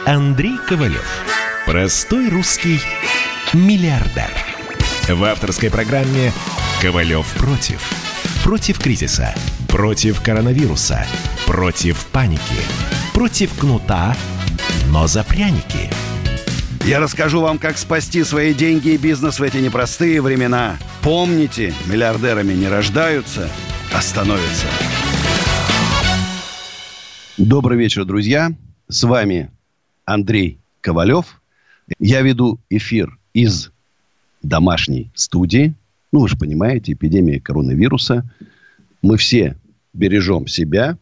Андрей Ковалев. Простой русский миллиардер. В авторской программе «Ковалев против». Против кризиса, против коронавируса, против паники, против кнута, но за пряники. Я расскажу вам, как спасти свои деньги и бизнес в эти непростые времена. Помните, миллиардерами не рождаются, а становятся. Добрый вечер, друзья. С вами Андрей Ковалев. Я веду эфир из домашней студии. Ну, вы же понимаете, эпидемия коронавируса. Мы все бережем себя.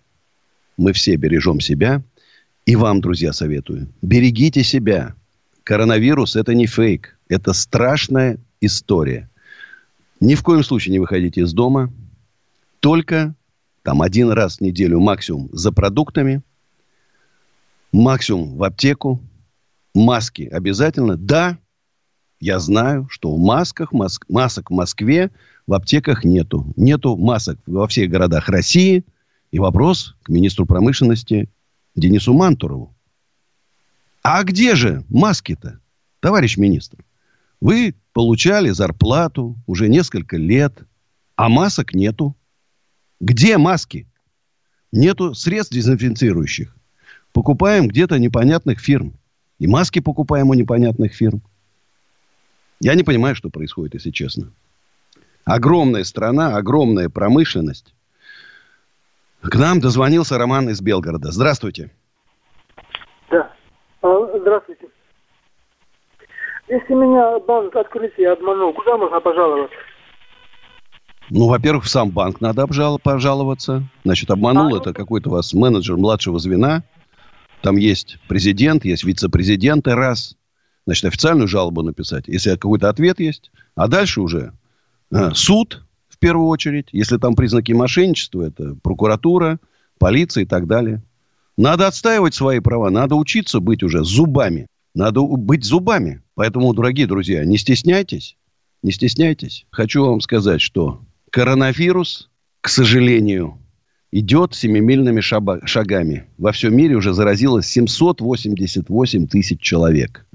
И вам, друзья, советую. Берегите себя. Коронавирус – это не фейк. Это страшная история. Ни в коем случае не выходите из дома. Только там один раз в неделю максимум за продуктами. Максимум в аптеку. Маски обязательно. Да, я знаю, что в масок в Москве в аптеках нету. Нету масок во всех городах России. И вопрос к министру промышленности Денису Мантурову. А где же маски-то, товарищ министр? Вы получали зарплату уже несколько лет, а масок нету. Где маски? Нету средств дезинфицирующих. Покупаем где-то непонятных фирм. И маски покупаем у непонятных фирм. Я не понимаю, что происходит, если честно. Огромная страна, огромная промышленность. К нам дозвонился Роман из Белгорода. Здравствуйте. Да. Здравствуйте. Если меня банк открытия обманул, куда можно пожаловаться? Ну, во-первых, в сам банк надо пожаловаться. Значит, обманул это какой-то у вас менеджер младшего звена. Там есть президент, есть вице-президенты, раз. Значит, официальную жалобу написать, если какой-то ответ есть. А дальше уже суд, в первую очередь. Если там признаки мошенничества, это прокуратура, полиция и так далее. Надо отстаивать свои права. Надо учиться быть уже зубами. Надо быть зубами. Поэтому, дорогие друзья, не стесняйтесь. Не стесняйтесь. Хочу вам сказать, что коронавирус, к сожалению, идет семимильными шагами. Во всем мире уже заразилось 788 тысяч человек.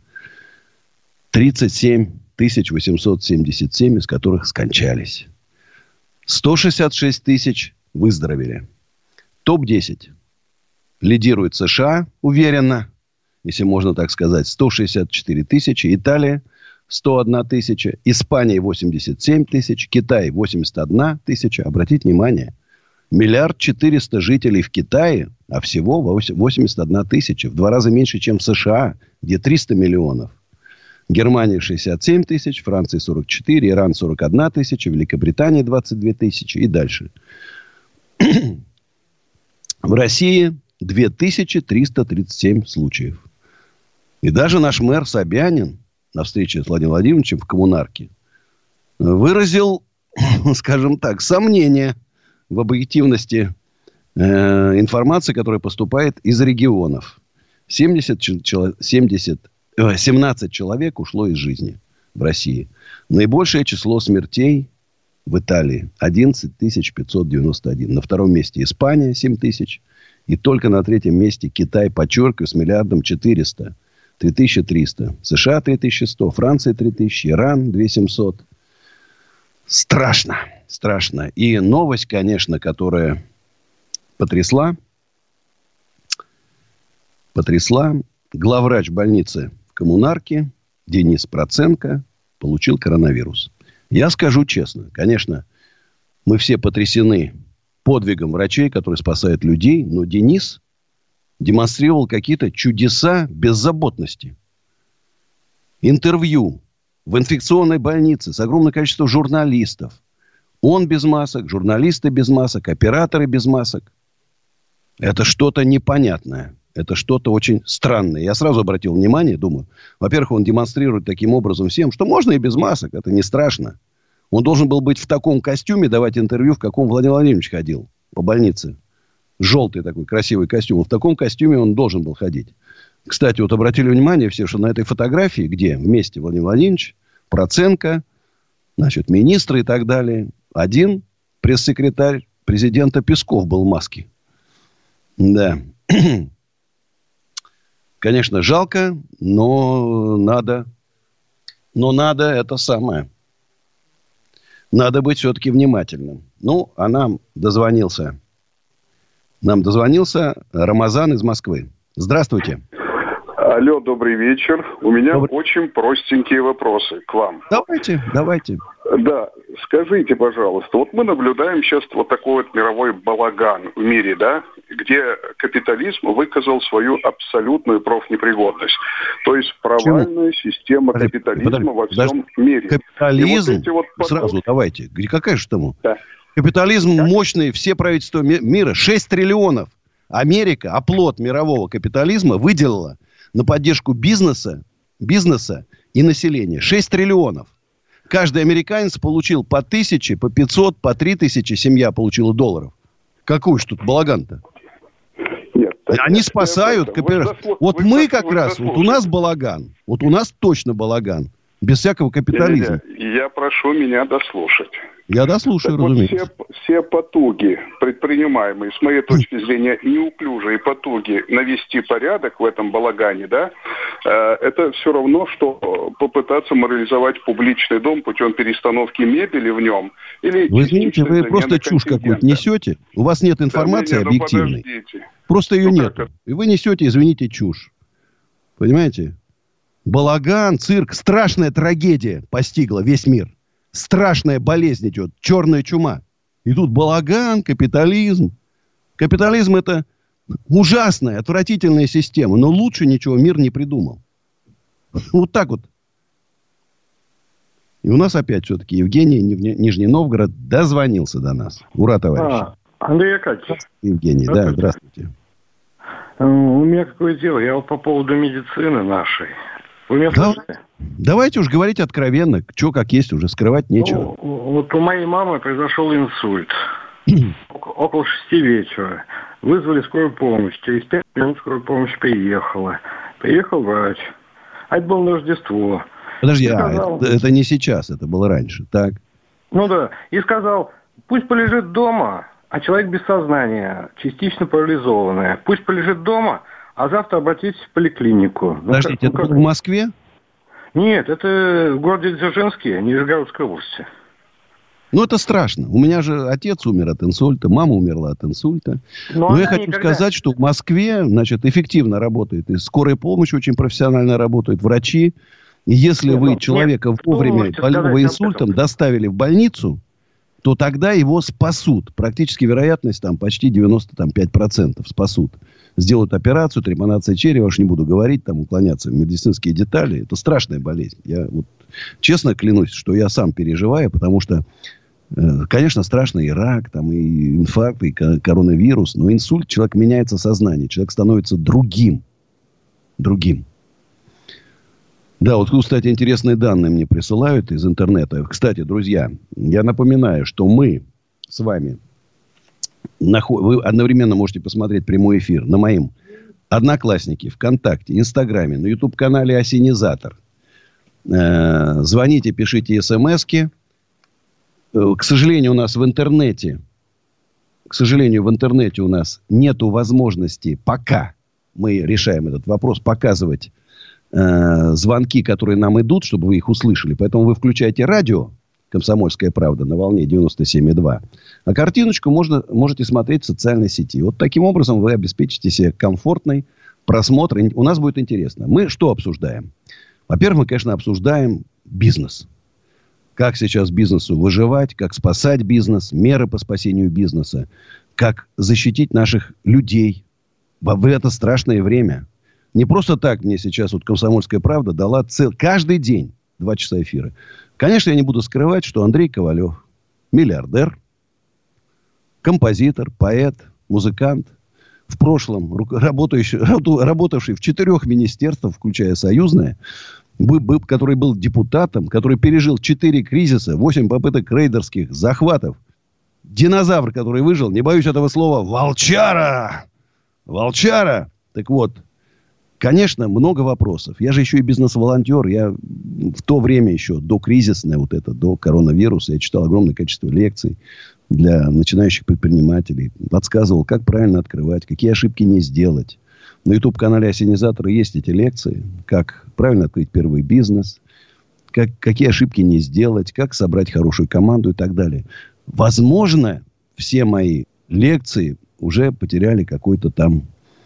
37 877 из которых скончались. 166 тысяч выздоровели. Топ-10 лидирует США, уверенно, если можно так сказать, 164 тысячи. Италия 101 тысяча. Испания 87 тысяч. Китай 81 тысяча. Обратите внимание, 1 400 000 жителей в Китае, а всего 81 тысяча. В 2 раза меньше, чем в США, где 300 миллионов. Германия 67 тысяч, Франция 44, Иран 41 тысяча, Великобритания 22 тысячи и дальше. В России 2337 случаев. И даже наш мэр Собянин на встрече с Владимиром Владимировичем в Коммунарке выразил, скажем так, сомнение в объективности информации, которая поступает из регионов. 17 человек ушло из жизни в России. Наибольшее число смертей в Италии 11 591. На втором месте Испания 7 тысяч. И только на третьем месте Китай, подчеркиваю, с 1 400 000 000. 3300. США 3100. Франция 3000. Иран 2700. Страшно. Страшно. И новость, конечно, которая потрясла. Главврач больницы в Коммунарке Денис Проценко получил коронавирус. Я скажу честно. Конечно, мы все потрясены подвигом врачей, которые спасают людей. Но Денис демонстрировал какие-то чудеса беззаботности. Интервью в инфекционной больнице с огромным количеством журналистов. Он без масок, журналисты без масок, операторы без масок. Это что-то непонятное. Это что-то очень странное. Я сразу обратил внимание, думаю, во-первых, он демонстрирует таким образом всем, что можно и без масок, это не страшно. Он должен был быть в таком костюме, давать интервью, в каком Владимир Владимирович ходил по больнице. Желтый такой красивый костюм. В таком костюме он должен был ходить. Кстати, вот обратили внимание все, что на этой фотографии, где вместе Владимир Владимирович, Проценко, значит, министры и так далее, один пресс-секретарь президента Песков был в маске. Да. Конечно, жалко, но надо. Но надо это самое. Надо быть все-таки внимательным. Ну, а нам дозвонился Рамазан из Москвы. Здравствуйте. Алло, добрый вечер. У меня очень простенькие вопросы к вам. Давайте. Да, скажите, пожалуйста, вот мы наблюдаем сейчас вот такой вот мировой балаган в мире, да, где капитализм выказал свою абсолютную профнепригодность. То есть провальная система капитализма во всем мире. Капитализм, сразу давайте, какая же тому? Да. Капитализм мощный, все правительства мира, 6 триллионов. Америка, оплот мирового капитализма, выделила на поддержку бизнеса и населения 6 триллионов. Каждый американец получил по 1000, по 500, по 3000 семья получила долларов. Какой ж тут балаган-то? Нет, они спасают. Вот мы как раз, вот у нас балаган. Вот у нас точно балаган. Без всякого капитализма. Я прошу меня дослушать. Я дослушаю, так разумеется. Вот все потуги, предпринимаемые, с моей точки зрения, неуклюжие потуги навести порядок в этом балагане, да, это все равно, что попытаться морализовать публичный дом путем перестановки мебели в нем. Или вы извините, вы просто чушь какую-то несете. У вас нет информации объективной. Просто ее нет. И вы несете, извините, чушь. Понимаете? Балаган, цирк, страшная трагедия постигла весь мир. Страшная болезнь идет, черная чума. И тут балаган, капитализм. Капитализм — это ужасная, отвратительная система. Но лучше ничего мир не придумал. Вот так вот. И у нас опять все-таки Евгений, Нижний Новгород, дозвонился до нас. Ура, товарищ. Андрей Акадьевич. Евгений, да, здравствуйте. У меня какое дело? Я вот по поводу медицины нашей. Вы меня слышите? Давайте уж говорить откровенно. Что как есть, уже скрывать нечего. Вот у моей мамы произошел инсульт. Около 6 вечера. Вызвали скорую помощь. Через 5 минут скорая помощь приехала. Приехал врач. А это было на Рождество. Подожди, это не сейчас, это было раньше. Так. Ну да. И сказал, пусть полежит дома, а человек без сознания, частично парализованный. Пусть полежит дома, а завтра обратитесь в поликлинику. Подождите, это в Москве? Нет, это в городе Дзержинске, Нижегородской области. Ну, это страшно. У меня же отец умер от инсульта, мама умерла от инсульта. Но я хочу сказать, что в Москве, значит, эффективно работает. И скорая помощь очень профессионально работает, врачи. И если вы человека вовремя больного инсультом доставили в больницу, то тогда его спасут. Практически вероятность там почти 95% спасут. Сделают операцию, трепанация черепа, уж не буду говорить, там уклоняться в медицинские детали. Это страшная болезнь. Я вот честно клянусь, что я сам переживаю, потому что, конечно, страшно и рак, там, и инфаркт, и коронавирус, но инсульт, человек меняется сознание, человек становится другим. Да, вот, кстати, интересные данные мне присылают из интернета. Кстати, друзья, я напоминаю, что мы с вами... Вы одновременно можете посмотреть прямой эфир на моем Одноклассники, ВКонтакте, Инстаграме, на YouTube-канале «Осенизатор». Звоните, пишите смски. К сожалению, у нас в интернете... у нас нету возможности пока, мы решаем этот вопрос, показывать звонки, которые нам идут, чтобы вы их услышали. Поэтому вы включаете радио «Комсомольская правда» на волне 97,2. А картиночку можете смотреть в социальной сети. Вот таким образом вы обеспечите себе комфортный просмотр. У нас будет интересно. Мы что обсуждаем? Во-первых, мы, конечно, обсуждаем бизнес. Как сейчас бизнесу выживать, как спасать бизнес, меры по спасению бизнеса, как защитить наших людей в это страшное время. Не просто так мне сейчас вот «Комсомольская правда» дала каждый день 2 часа эфира. Конечно, я не буду скрывать, что Андрей Ковалев миллиардер, композитор, поэт, музыкант, в прошлом работавший в 4 министерствах, включая союзное, который был депутатом, который пережил 4 кризиса, 8 попыток рейдерских захватов. Динозавр, который выжил, не боюсь этого слова, волчара! Волчара! Так вот, конечно, много вопросов. Я же еще и бизнес-волонтер. Я в то время еще, докризисное вот это, до коронавируса, я читал огромное количество лекций для начинающих предпринимателей. Подсказывал, как правильно открывать, какие ошибки не сделать. На YouTube-канале «Осенизатор» есть эти лекции. Как правильно открыть первый бизнес. Какие ошибки не сделать. Как собрать хорошую команду и так далее. Возможно, все мои лекции уже потеряли какой-то там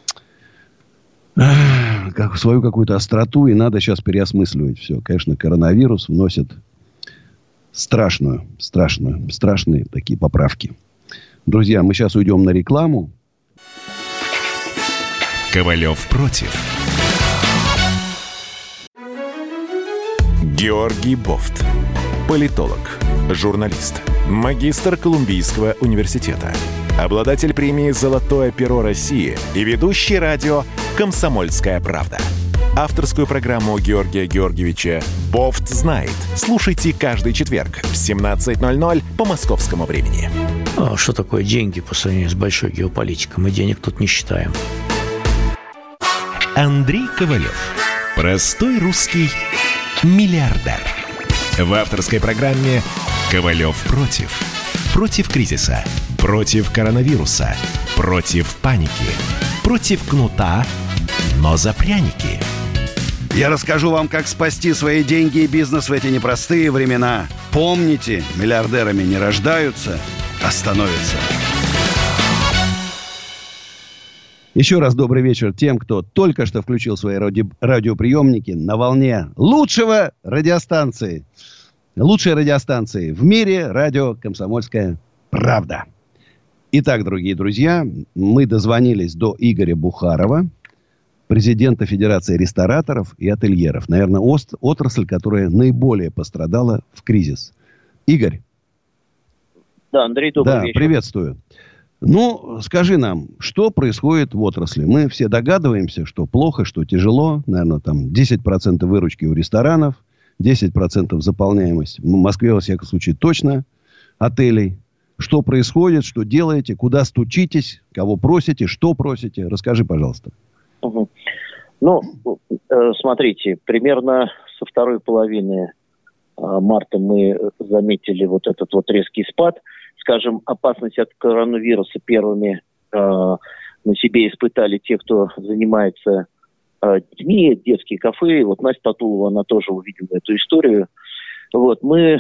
свою какую-то остроту. И надо сейчас переосмысливать все. Конечно, коронавирус вносит страшные такие поправки. Друзья, мы сейчас уйдем на рекламу. Ковалев против. Георгий Бофт. Политолог, журналист, магистр Колумбийского университета, обладатель премии «Золотое перо России» и ведущий радио «Комсомольская правда». Авторскую программу Георгия Георгиевича «Бофт знает». Слушайте каждый четверг в 17:00 по московскому времени. А что такое деньги по сравнению с большой геополитикой? Мы денег тут не считаем. Андрей Ковалев. Простой русский миллиардер. В авторской программе «Ковалев против». Против кризиса, против коронавируса, против паники, против кнута, но за пряники. Я расскажу вам, как спасти свои деньги и бизнес в эти непростые времена. Помните, миллиардерами не рождаются, а становятся. Еще раз добрый вечер тем, кто только что включил свои радиоприемники на волне лучшей радиостанции в мире, радио «Комсомольская правда». Итак, дорогие друзья, мы дозвонились до Игоря Бухарова, президента Федерации рестораторов и ательеров. Наверное, отрасль, которая наиболее пострадала в кризис. Игорь. Да, Андрей, добрый вечер. Да, приветствую. Ну, скажи нам, что происходит в отрасли? Мы все догадываемся, что плохо, что тяжело. Наверное, там 10% выручки у ресторанов, 10% заполняемость. В Москве, во всяком случае, точно отелей. Что происходит, что делаете, куда стучитесь, кого просите, что просите? Расскажи, пожалуйста. Угу. Ну, смотрите, примерно со второй половины марта мы заметили вот этот вот резкий спад. Скажем, опасность от коронавируса первыми на себе испытали те, кто занимается детьми, детские кафе. Вот Настя Татулова, она тоже увидела эту историю. Вот, мы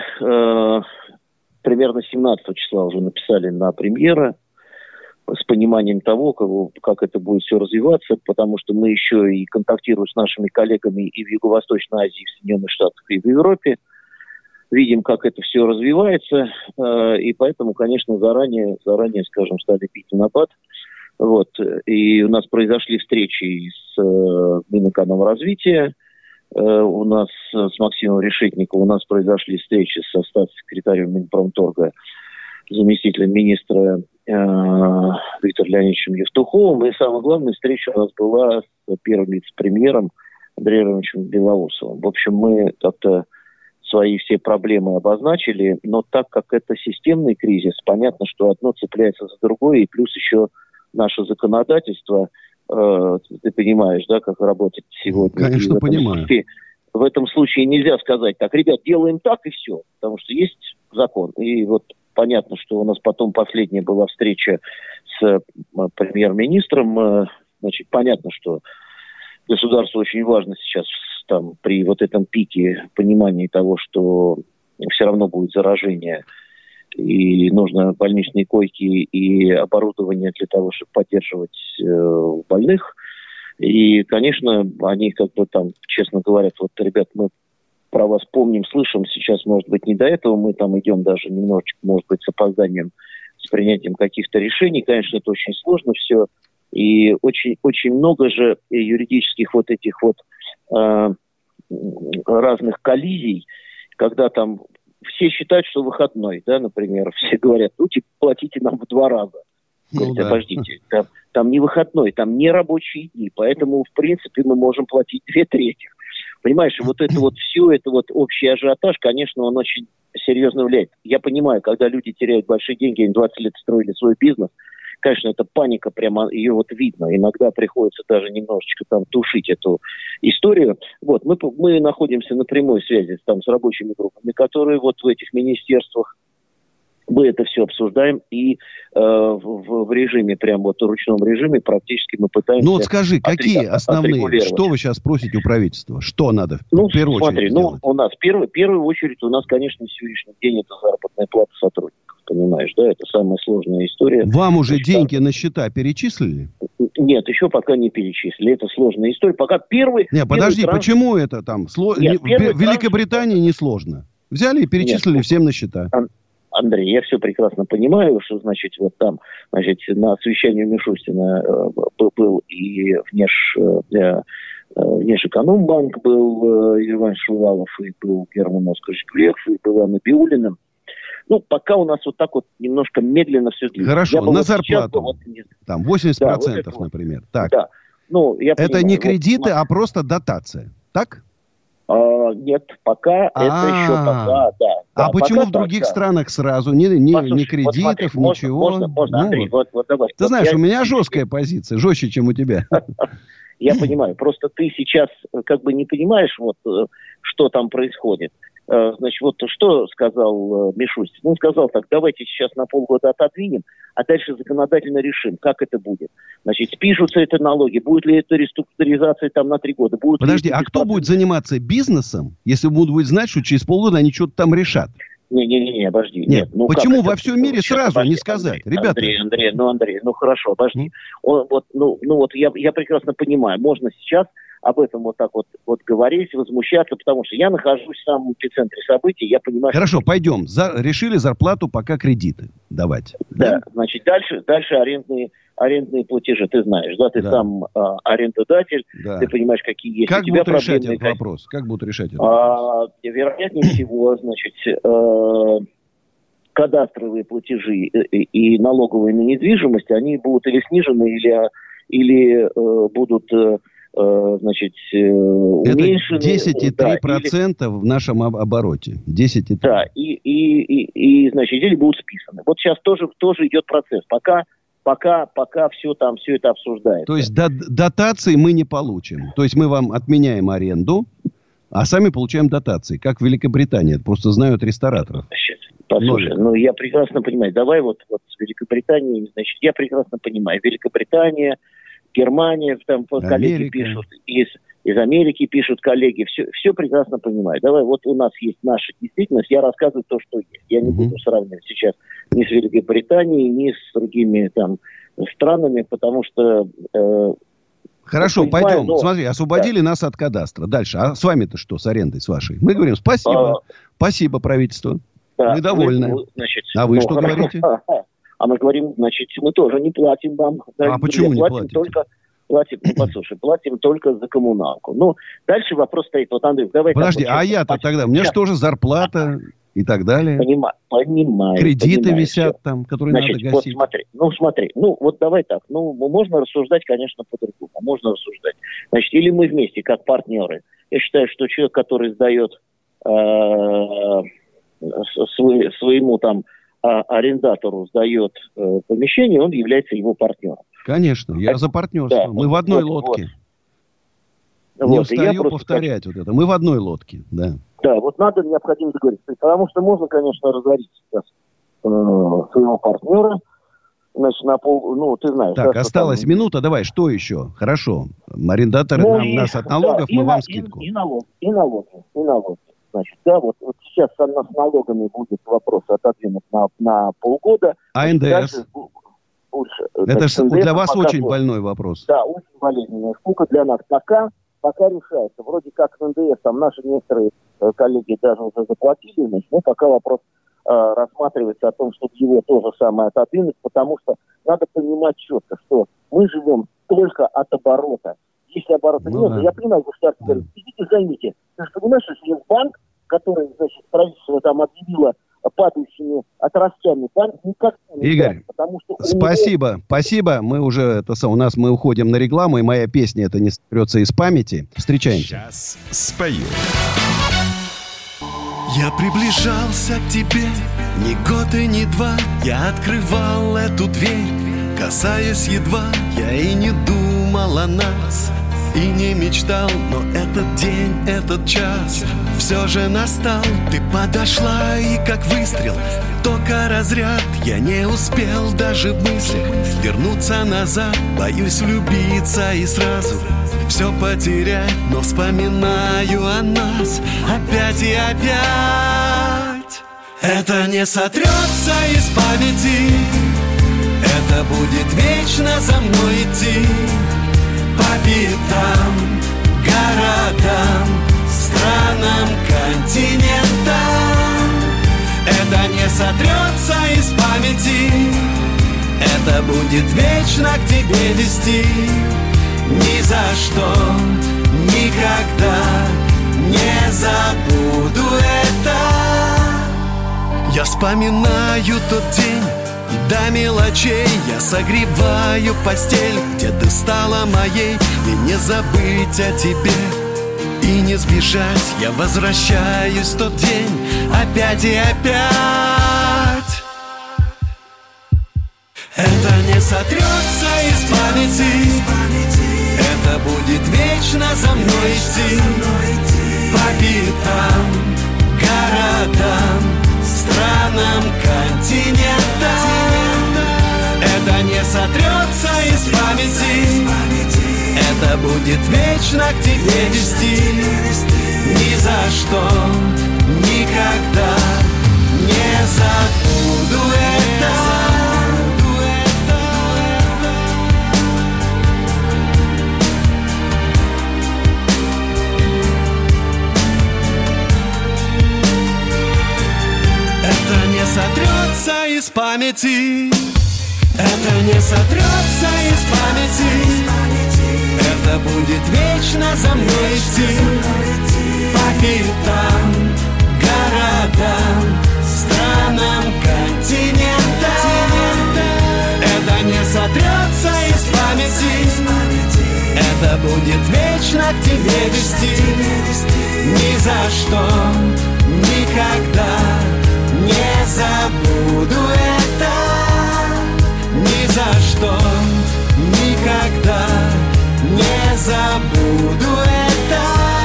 примерно 17 числа уже написали на премьера с пониманием того, как это будет все развиваться, потому что мы еще и контактируем с нашими коллегами и в Юго-Восточной Азии, и в Соединенных Штатах, и в Европе. Видим, как это все развивается, и поэтому, конечно, заранее, скажем, стали бить на набат. Вот. И у нас произошли встречи с Минэкономразвития, у нас с Максимом Решетниковым, у нас произошли встречи со статс-секретарем Минпромторга, заместителем министра Виктором Леонидовичем Евтуховым. И самая главная встреча у нас была с первым вице-премьером Андреем Ивановичем Белоусовым. В общем, мы как-то свои все проблемы обозначили, но так как это системный кризис, понятно, что одно цепляется за другое, и плюс еще наше законодательство, ты понимаешь, да, как работает сегодня. Конечно, понимаю. В этом случае нельзя сказать так, ребят, делаем так и все, потому что есть закон. И вот понятно, что у нас потом последняя была встреча с премьер-министром. Значит, понятно, что государству очень важно сейчас там, при вот этом пике понимания того, что все равно будет заражение, и нужно больничные койки и оборудование для того, чтобы поддерживать больных. И, конечно, они как бы там честно говорят, вот, ребят, мы про вас помним, слышим, сейчас, может быть, не до этого, мы там идем даже немножечко, может быть, с опозданием, с принятием каких-то решений. Конечно, это очень сложно все. И очень, очень много же юридических вот этих вот разных коллизий, когда там все считают, что выходной, да, например, все говорят, ну, типа, платите нам в 2 раза. Говорят, обождите, там не выходной, там не рабочие дни, поэтому, в принципе, мы можем платить 2/3. Понимаешь, вот это вот все, это вот общий ажиотаж, конечно, он очень серьезно влияет. Я понимаю, когда люди теряют большие деньги, они 20 лет строили свой бизнес, конечно, это паника, прямо ее вот видно. Иногда приходится даже немножечко там тушить эту историю. Вот, мы находимся на прямой связи там с рабочими группами, которые вот в этих министерствах. Мы это все обсуждаем, и в режиме, прям вот в ручном режиме практически мы пытаемся... Ну вот скажи, какие основные, что вы сейчас просите у правительства? Что надо в первую очередь делать? У нас в первую очередь, у нас, конечно, на сегодняшний день это заработная плата сотрудников, понимаешь, да? Это самая сложная история. Вам уже деньги на счета перечислили? Нет, еще пока не перечислили. Это сложная история. Пока первый... Нет, подожди, почему это там? В Великобритании не сложно. Взяли и перечислили всем на счета. Андрей, я все прекрасно понимаю, что, значит, вот там, значит, на совещании у Мишустина был и Внешэкономбанк был Иван Шувалов, и был Герман Оскарович Греф, и была Набиуллина. Ну, пока у нас вот так вот немножко медленно все движется. Хорошо, на зарплату. Там 80%, да, вот например. Так. Да. Ну, я это понимаю, не кредиты, а просто дотация. Так? Нет, пока это еще пока, да. А почему в других странах сразу? Ни кредитов, вот смотри, ничего? Можно, Андрей, вот давай. Ты знаешь, у меня жесткая позиция, жестче, чем у тебя. Я понимаю, просто ты сейчас как бы не понимаешь, вот, что там происходит. Значит, вот что сказал Мишустин? Он сказал так: давайте сейчас на полгода отодвинем, а дальше законодательно решим, как это будет. Значит, спишутся это налоги, будет ли это реструктуризация там на 3 года. Подожди, а кто будет заниматься бизнесом, если будут знать, что через полгода они что-то там решат? Не, подожди. Нет, ну почему во всем мире сразу не сказать? Ребята. Андрей, хорошо, обожди. Я прекрасно понимаю, можно сейчас об этом вот так вот говорить, возмущаться, потому что я нахожусь в самом эпицентре событий, я понимаю... Хорошо, пойдем. Решили зарплату, пока кредиты давать. Да, значит, дальше арендные платежи, ты знаешь, да, ты сам арендодатель, ты понимаешь, какие есть как у тебя проблемы. Как будут решать этот вопрос? Вероятнее всего, значит, кадастровые платежи и налоговые на недвижимость, они будут или снижены, или будут... значит, уменьшены. Это 10,3% в нашем обороте. 10,3%. Да, и значит, или будут списаны. Вот сейчас тоже идет процесс. Пока все это обсуждается. То есть дотации мы не получим. То есть мы вам отменяем аренду, а сами получаем дотации, как в Великобритании. Это просто знают рестораторов. Послушай, я прекрасно понимаю. Давай вот с Великобританией, значит, я прекрасно понимаю. Великобритания, Германия, там коллеги пишут, из Америки пишут коллеги, все прекрасно понимаю. Давай, вот у нас есть наша действительность, я рассказываю то, что есть. Я не буду сравнивать сейчас ни с Великобританией, ни с другими там странами, потому что... Хорошо, пойдем. Смотри, освободили нас от кадастра. Дальше. А с вами-то что, с арендой, с вашей? Мы говорим спасибо. Спасибо, правительство. Мы довольны. А вы что говорите? А мы говорим, значит, мы тоже не платим вам. А почему не платите? Платим только за коммуналку. Ну, дальше вопрос стоит. Вот, Андрей, давай... Подожди, а я-то тогда... У меня же тоже зарплата и так далее. Понимаю. Кредиты висят там, которые надо гасить. Вот смотри. Ну, вот давай так. Ну, можно рассуждать, конечно, по-другому. Можно рассуждать. Значит, или мы вместе, как партнеры. Я считаю, что человек, который сдает своему там арендатору сдает помещение, он является его партнером. Конечно, я за партнерство. Да, мы в одной лодке. Не устаю повторять вот это. Мы в одной лодке, да. Да, вот необходимо договориться. Потому что можно, конечно, разорить сейчас своего партнера. Значит, ты знаешь. Так, осталась минута, давай, что еще? Хорошо. Арендаторы нас от налогов, мы вам скидку. И налоги. Значит, да, вот сейчас с налогами будет вопрос отодвинут на полгода. А НДС? Это же для вас очень больной вопрос. Да, очень болезненная штука для нас. Пока решается. Вроде как с НДС там наши некоторые коллеги даже уже заплатили, но пока вопрос рассматривается о том, чтобы его тоже самое отодвинуть, потому что надо понимать четко, что мы живем только от оборота. Если оборота нет, я понимаю, вы сейчас говорите, идите займите. Ты же понимаешь, что есть банк, который, значит, правительство там объявило падающими отрастями, банк никак не Игорь, даст, потому что спасибо. Мы уже, мы уходим на рекламу, и моя песня это не стрется из памяти. Встречаемся. Сейчас спою. Я приближался к тебе ни год и ни два. Я открывал эту дверь, касаясь едва. Я и не думал о нас, и не мечтал, но этот день, этот час все же настал. Ты подошла и как выстрел, только разряд. Я не успел даже в мыслях вернуться назад. Боюсь влюбиться и сразу все потерять, но вспоминаю о нас опять и опять. Это не сотрется из памяти, это будет вечно за мной идти. По пятам, городам, странам, континентам. Это не сотрется из памяти, это будет вечно к тебе вести. Ни за что, никогда не забуду это. Я вспоминаю тот день до мелочей. Я согреваю постель, где ты стала моей. И не забыть о тебе, и не сбежать. Я возвращаюсь в тот день опять и опять. Это не сотрется из памяти, это будет вечно за мной идти. По пятам, городам, странам, континентам. Это не сотрется из памяти, это будет вечно к тебе вести. Ни за что, никогда не забуду это. Это не сотрется из памяти, это не сотрется из памяти. Это будет вечно за мной идти. По пятам, городам, странам, континентам. Это не сотрется из памяти, это будет вечно к тебе вести. Ни за что, никогда не забуду это. Ни за что, никогда не забуду это.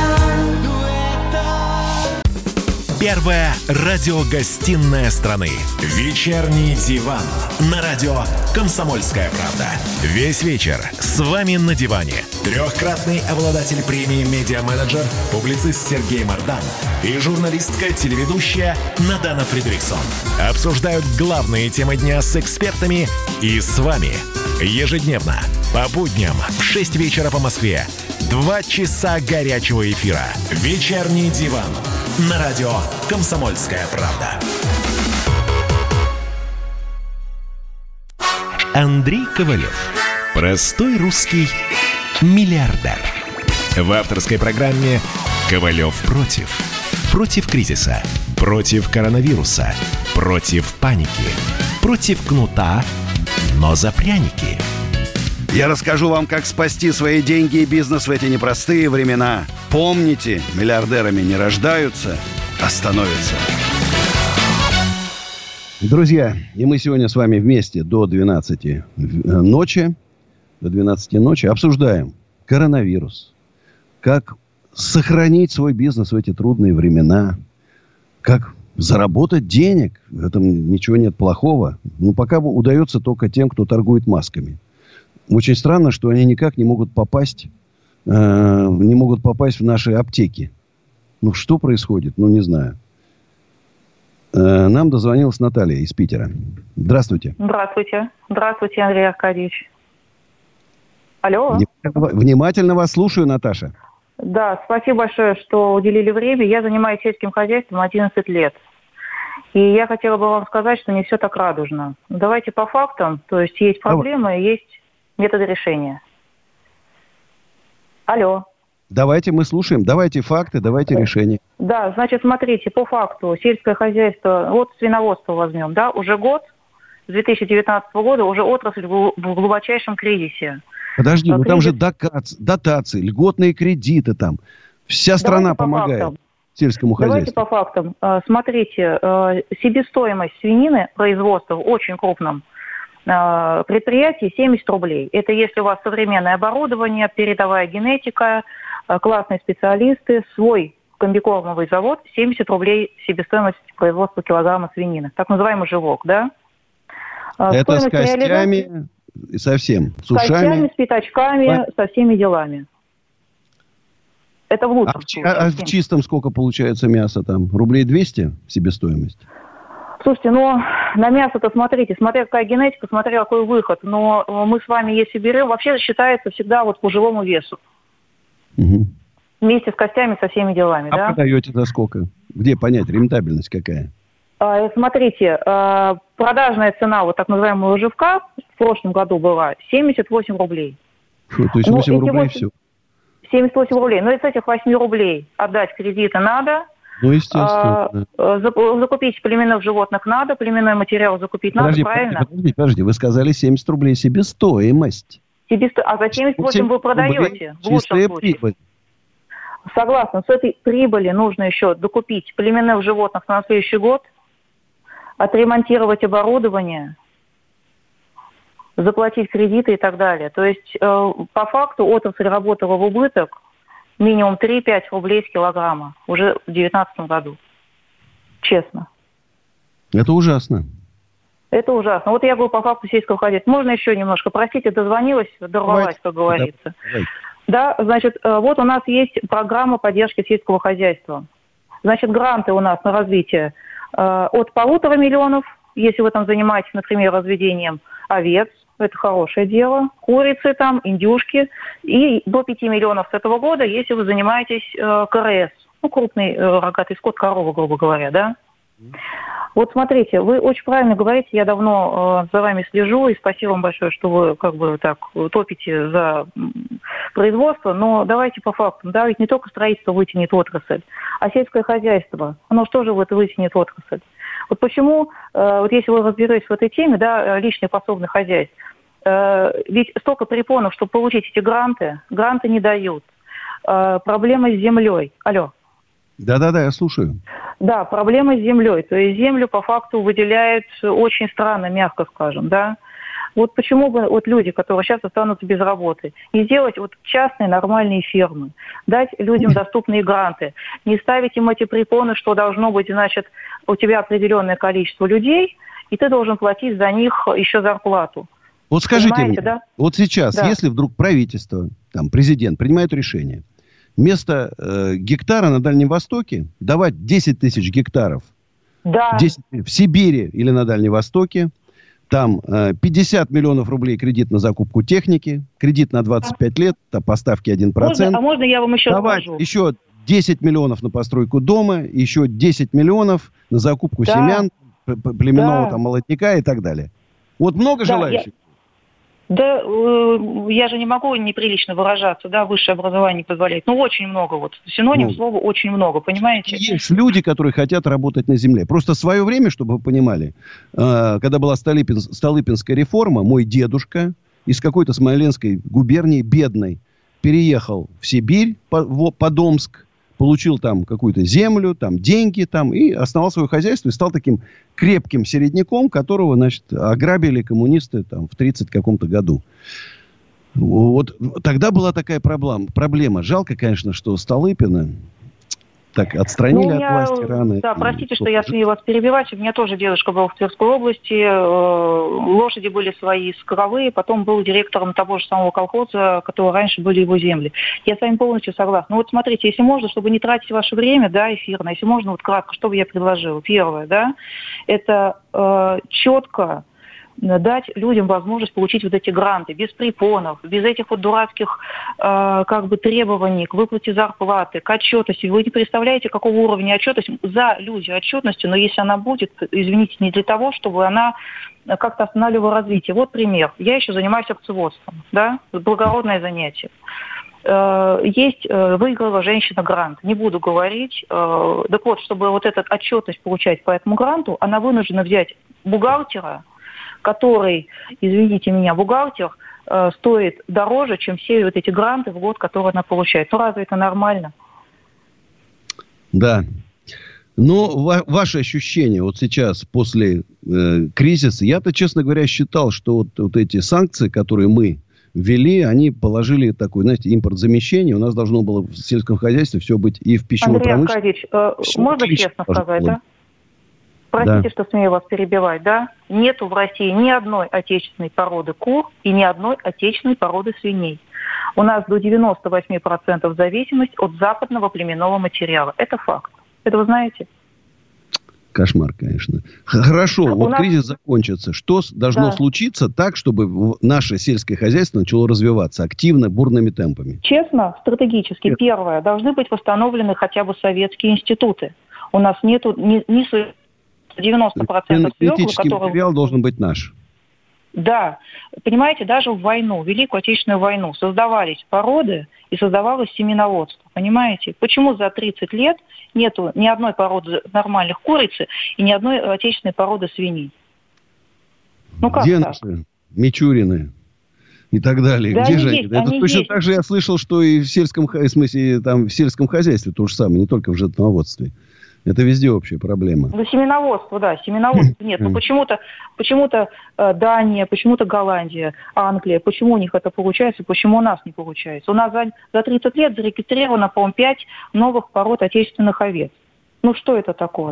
Первая радиогостинная страны. Вечерний диван. На радио «Комсомольская правда». Весь вечер с вами на диване. Трехкратный обладатель премии «Медиа-менеджер», публицист Сергей Мардан и журналистка-телеведущая Надана Фридриксон обсуждают главные темы дня с экспертами и с вами. Ежедневно, по будням в 6 вечера по Москве. 2 часа горячего эфира. Вечерний диван. На радио «Комсомольская правда». Андрей Ковалев. Простой русский миллиардер. В авторской программе «Ковалев против». Против кризиса, против коронавируса, против паники, против кнута, но за пряники. Я расскажу вам, как спасти свои деньги и бизнес в эти непростые времена. Помните, миллиардерами не рождаются, а становятся. Друзья, и мы сегодня с вами вместе до 12 ночи обсуждаем коронавирус. Как сохранить свой бизнес в эти трудные времена. Как заработать денег. В этом ничего нет плохого. Но пока удается только тем, кто торгует масками. Очень странно, что они никак не могут попасть в наши аптеки. Ну, что происходит? Ну, не знаю. Нам дозвонилась Наталья из Питера. Здравствуйте. Здравствуйте. Здравствуйте, Андрей Аркадьевич. Алло. Внимательно вас слушаю, Наташа. Да, спасибо большое, что уделили время. Я занимаюсь сельским хозяйством 11 лет. И я хотела бы вам сказать, что не все так радужно. Давайте по фактам. То есть есть проблемы, есть методы решения. Алло. Давайте мы слушаем. Давайте факты, давайте решения. Да, значит, смотрите, по факту сельское хозяйство, вот свиноводство возьмем, да, уже год, с 2019 года уже отрасль в глубочайшем кризисе. Подожди, ну там же дотации, льготные кредиты там. Вся страна помогает сельскому хозяйству. Давайте по фактам. Смотрите, себестоимость свинины, производства в очень крупном предприятии 70 рублей. Это если у вас современное оборудование, передовая генетика, классные специалисты, свой комбикормовый завод, 70 рублей себестоимость производства килограмма свинины. Так называемый живок, да? Это с костями совсем? С ушами? С костями, с пятачками, со всеми делами. Это в лучшем случае. А в чистом сколько получается мяса там? Рублей 200 себестоимость? Слушайте, на мясо-то смотрите, смотря какая генетика, смотря какой выход. Но мы с вами, если берем, вообще считается всегда вот по живому весу. Угу. Вместе с костями, со всеми делами, да? А продаете за сколько? Где понять, рентабельность какая? Смотрите, продажная цена вот так называемого живка в прошлом году была 78 рублей. Что, то есть 8 рублей все? 78 рублей. Но из этих 8 рублей отдать кредиты надо. Ну, естественно. Закупить племенных животных надо, племенной материал закупить надо, правильно? Подожди, вы сказали 70 рублей себестоимость. А за 78 вы продаете, в лучшем случае. Прибыль. Согласна, с этой прибыли нужно еще докупить племенных животных на следующий год, отремонтировать оборудование, заплатить кредиты и так далее. То есть, по факту, отрасль работала в убыток минимум 3-5 рублей с килограмма уже в 2019 году. Честно. Это ужасно. Это ужасно. Вот я говорю по факту сельского хозяйства. Можно еще немножко? Простите, дозвонилась, дорвалась, как говорится. Да, значит, вот у нас есть программа поддержки сельского хозяйства. Значит, гранты у нас на развитие от 1,5 миллиона, если вы там занимаетесь, например, разведением овец, это хорошее дело, курицы там, индюшки, и до 5 миллионов с этого года, если вы занимаетесь КРС, крупный рогатый скот, корова, грубо говоря, да. Вот смотрите, вы очень правильно говорите, я давно за вами слежу, и спасибо вам большое, что вы как бы так топите за производство, но давайте по фактам, да, ведь не только строительство вытянет отрасль, а сельское хозяйство, оно что же вытянет отрасль? Вот почему, вот если вы разберетесь в этой теме, да, личное подсобное хозяйство, ведь столько препонов, чтобы получить эти гранты не дают. Проблема с землей. Алло. Да, я слушаю. Да, проблема с землей. То есть землю по факту выделяют очень странно, мягко скажем, да. Вот почему бы вот люди, которые сейчас останутся без работы, не сделать вот частные нормальные фермы, дать людям доступные гранты, не ставить им эти препоны, что должно быть, значит, у тебя определенное количество людей, и ты должен платить за них еще зарплату. Вот скажите понимаете, мне, да? Вот сейчас, да. Если вдруг правительство, там, президент принимает решение, вместо гектара на Дальнем Востоке давать 10 тысяч гектаров да. 10 в Сибири или на Дальнем Востоке, там 50 миллионов рублей кредит на закупку техники, кредит на 25 лет, поставки 1%. Можно я вам еще давать скажу? Еще 10 миллионов на постройку дома, еще 10 миллионов на закупку семян, племенного там, молотника и так далее. Вот много желающих? Да, я же не могу неприлично выражаться, да, высшее образование не позволяет. Очень много вот. Синоним слова очень много, понимаете? Есть люди, которые хотят работать на земле. Просто в свое время, чтобы вы понимали, когда была Столыпинская реформа, мой дедушка из какой-то Смоленской губернии, бедной, переехал в Сибирь, под Омск, получил там какую-то землю, там деньги, там, и основал свое хозяйство и стал таким крепким середняком, которого, значит, ограбили коммунисты там в 30 каком-то году. Вот тогда была такая проблема. Жалко, конечно, что Столыпина так отстранили от власти рано. Да, простите, что я смею вас перебивать. У меня тоже дедушка был в Тверской области. Лошади были свои скаковые. Потом был директором того же самого колхоза, который раньше были его земли. Я с вами полностью согласна. Вот смотрите, если можно, чтобы не тратить ваше время, да, эфирное, если можно, вот кратко, что бы я предложила. Первое, да, это четко дать людям возможность получить вот эти гранты без препонов, без этих вот дурацких требований к выплате зарплаты, к отчетности. Вы не представляете, какого уровня отчетности. За иллюзию отчетности, но если она будет, извините, не для того, чтобы она как-то останавливала развитие. Вот пример. Я еще занимаюсь овцеводством, да, благородное занятие. Есть, выиграла женщина грант, не буду говорить. Так вот, чтобы вот эту отчетность получать по этому гранту, она вынуждена взять бухгалтера, который, извините меня, бухгалтер стоит дороже, чем все вот эти гранты в год, которые она получает. Разве это нормально? Да. Но ваши ощущения вот сейчас после кризиса, я-то, честно говоря, считал, что вот эти санкции, которые мы ввели, они положили такой, знаете, импортзамещение. У нас должно было в сельском хозяйстве все быть и в пищевой промышленности. Андрей Аркадьевич, можно честно сказать, да? Простите, что смею вас перебивать, да? Нету в России ни одной отечественной породы кур и ни одной отечественной породы свиней. У нас до 98% зависимость от западного племенного материала. Это факт. Это вы знаете? Кошмар, конечно. Хорошо, вот кризис закончится. Что должно случиться так, чтобы наше сельское хозяйство начало развиваться активно, бурными темпами? Честно, стратегически. Первое. Должны быть восстановлены хотя бы советские институты. У нас нету ни 90% свекла, генетический материал должен быть наш. Да. Понимаете, даже в войну, Великую Отечественную войну, создавались породы и создавалось семеноводство. Понимаете? Почему за 30 лет нету ни одной породы нормальных курицы и ни одной отечественной породы свиней? Ну как где так? Наши Мичурины и так далее? Да, где же они? Есть, Это точно так же я слышал, что и в сельском, в смысле, там, в сельском хозяйстве то же самое, не только в животноводстве. Это везде общая проблема. Ну, семеноводство, да, семеноводство нет. Но почему-то Дания, почему-то Голландия, Англия, почему у них это получается, почему у нас не получается? У нас за 30 лет зарегистрировано, по-моему, 5 новых пород отечественных овец. Ну, что это такое?